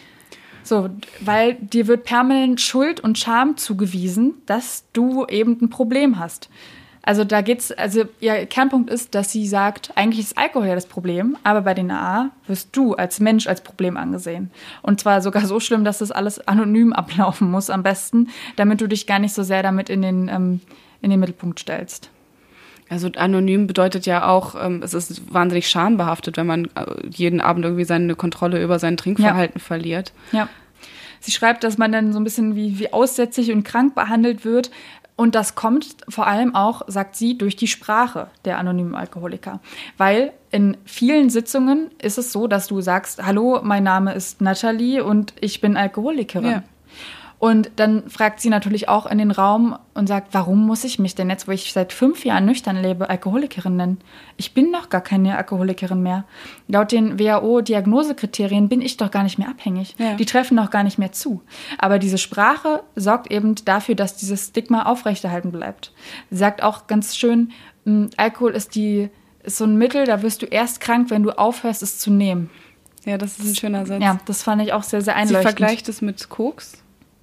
So, weil dir wird permanent Schuld und Scham zugewiesen, dass du eben ein Problem hast. Also da geht's, also ihr Kernpunkt ist, dass sie sagt, eigentlich ist Alkohol ja das Problem, aber bei den A A wirst du als Mensch als Problem angesehen. Und zwar sogar so schlimm, dass das alles anonym ablaufen muss am besten, damit du dich gar nicht so sehr damit in den, ähm, in den Mittelpunkt stellst. Also anonym bedeutet ja auch, ähm, es ist wahnsinnig schambehaftet, wenn man äh, jeden Abend irgendwie seine Kontrolle über sein Trinkverhalten ja. verliert. Ja. Sie schreibt, dass man dann so ein bisschen wie, wie aussätzlich und krank behandelt wird. Und das kommt vor allem auch, sagt sie, durch die Sprache der anonymen Alkoholiker. Weil in vielen Sitzungen ist es so, dass du sagst, hallo, mein Name ist Nathalie und ich bin Alkoholikerin. Ja. Und dann fragt sie natürlich auch in den Raum und sagt, warum muss ich mich denn jetzt, wo ich seit fünf Jahren nüchtern lebe, Alkoholikerin nennen? Ich bin doch gar keine Alkoholikerin mehr. Laut den W H O-Diagnosekriterien bin ich doch gar nicht mehr abhängig. Ja. Die treffen doch gar nicht mehr zu. Aber diese Sprache sorgt eben dafür, dass dieses Stigma aufrechterhalten bleibt. Sie sagt auch ganz schön, Alkohol ist, die, ist so ein Mittel, da wirst du erst krank, wenn du aufhörst, es zu nehmen. Ja, das ist ein schöner Satz. Ja, das fand ich auch sehr, sehr einleuchtend. Sie vergleicht es mit Koks.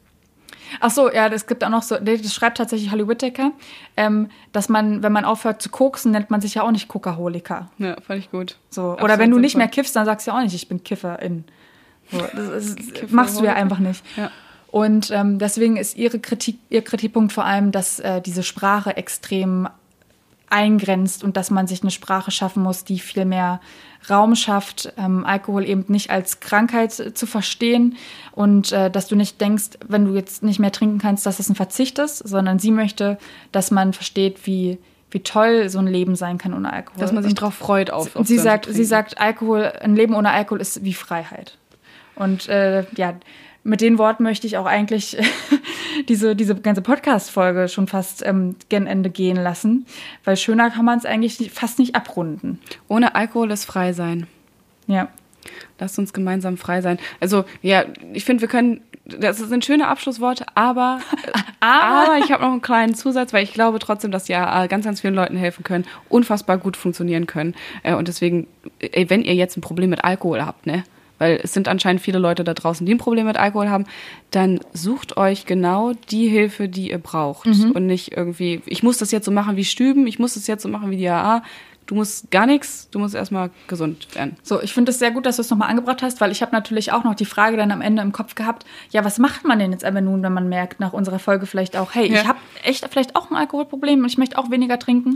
Ach so, ja, das gibt auch noch so, das schreibt tatsächlich Holly Whittaker, ähm, dass man, wenn man aufhört zu koksen, nennt man sich ja auch nicht Kokaholiker. Ja, fand ich gut. So. Oder wenn du nicht mehr kiffst, dann sagst du ja auch nicht, ich bin Kifferin. So, das ist, machst du ja einfach nicht. Ja. Und ähm, deswegen ist ihre Kritik, ihr Kritikpunkt vor allem, dass äh, diese Sprache extrem eingrenzt und dass man sich eine Sprache schaffen muss, die viel mehr Raum schafft, ähm, Alkohol eben nicht als Krankheit zu verstehen und äh, dass du nicht denkst, wenn du jetzt nicht mehr trinken kannst, dass es ein Verzicht ist, sondern sie möchte, dass man versteht, wie, wie toll so ein Leben sein kann ohne Alkohol. Dass man sich darauf freut, auf, auf sie sagt, sie sagt, Alkohol, ein Leben ohne Alkohol ist wie Freiheit. Und äh, ja, mit den Worten möchte ich auch eigentlich diese, diese ganze Podcast-Folge schon fast ähm, gen Ende gehen lassen, weil schöner kann man es eigentlich nicht, fast nicht abrunden. Ohne Alkohol ist frei sein. Ja. Lasst uns gemeinsam frei sein. Also, ja, ich finde, wir können, das sind schöne Abschlussworte, aber, aber, aber ich habe noch einen kleinen Zusatz, weil ich glaube trotzdem, dass die A A ganz, ganz vielen Leuten helfen können, unfassbar gut funktionieren können. Und deswegen, ey, wenn ihr jetzt ein Problem mit Alkohol habt, ne, weil es sind anscheinend viele Leute da draußen, die ein Problem mit Alkohol haben, dann sucht euch genau die Hilfe, die ihr braucht. Mhm. Und nicht irgendwie, ich muss das jetzt so machen wie Stüben, ich muss das jetzt so machen wie die A A. Du musst gar nichts, du musst erstmal gesund werden. So, ich finde es sehr gut, dass du es nochmal angebracht hast, weil ich habe natürlich auch noch die Frage dann am Ende im Kopf gehabt, ja, was macht man denn jetzt aber nun, wenn man merkt, nach unserer Folge vielleicht auch, hey, ja. ich habe echt vielleicht auch ein Alkoholproblem und ich möchte auch weniger trinken.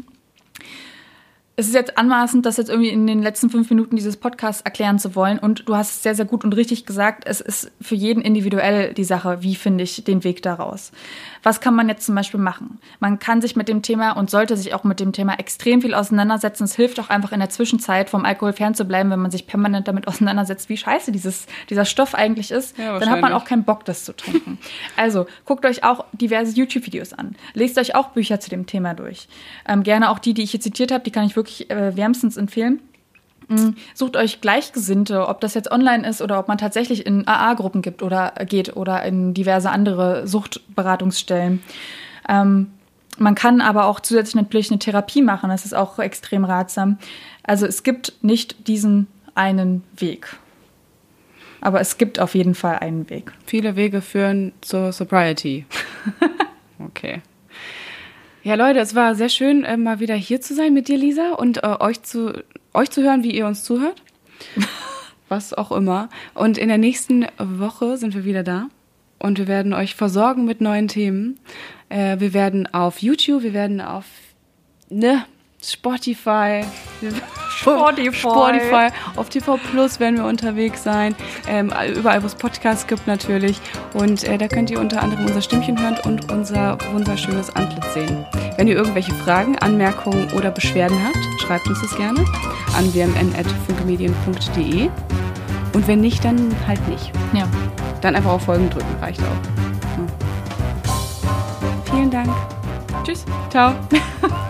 Es ist jetzt anmaßend, das jetzt irgendwie in den letzten fünf Minuten dieses Podcasts erklären zu wollen. Und du hast es sehr, sehr gut und richtig gesagt. Es ist für jeden individuell die Sache, wie finde ich den Weg daraus. Was kann man jetzt zum Beispiel machen? Man kann sich mit dem Thema und sollte sich auch mit dem Thema extrem viel auseinandersetzen. Es hilft auch einfach in der Zwischenzeit vom Alkohol fernzubleiben, wenn man sich permanent damit auseinandersetzt, wie scheiße dieses, dieser Stoff eigentlich ist. Ja, dann hat man auch keinen Bock, das zu trinken. Also guckt euch auch diverse YouTube-Videos an. Lest euch auch Bücher zu dem Thema durch. Ähm, gerne auch die, die ich hier zitiert habe, die kann ich wirklich Äh, wärmstens empfehlen. Mhm. Sucht euch Gleichgesinnte, ob das jetzt online ist oder ob man tatsächlich in A A-Gruppen gibt oder geht oder in diverse andere Suchtberatungsstellen. Ähm, man kann aber auch zusätzlich natürlich eine Therapie machen, das ist auch extrem ratsam. Also es gibt nicht diesen einen Weg. Aber es gibt auf jeden Fall einen Weg. Viele Wege führen zur Sobriety. Okay. Ja, Leute, es war sehr schön, äh, mal wieder hier zu sein mit dir, Lisa, und äh, euch zu euch zu hören, wie ihr uns zuhört. Was auch immer. Und in der nächsten Woche sind wir wieder da und wir werden euch versorgen mit neuen Themen. Äh, wir werden auf YouTube, wir werden auf ne, Spotify, Spotify. Spotify, auf T V Plus werden wir unterwegs sein, ähm, überall, wo es Podcasts gibt natürlich. Und äh, da könnt ihr unter anderem unser Stimmchen hören und unser wunderschönes Antlitz sehen. Wenn ihr irgendwelche Fragen, Anmerkungen oder Beschwerden habt, schreibt uns das gerne an w m n at funkemedien punkt d e. Und wenn nicht, dann halt nicht. Ja. Dann einfach auf Folgen drücken, reicht auch. Ja. Vielen Dank. Tschüss. Ciao.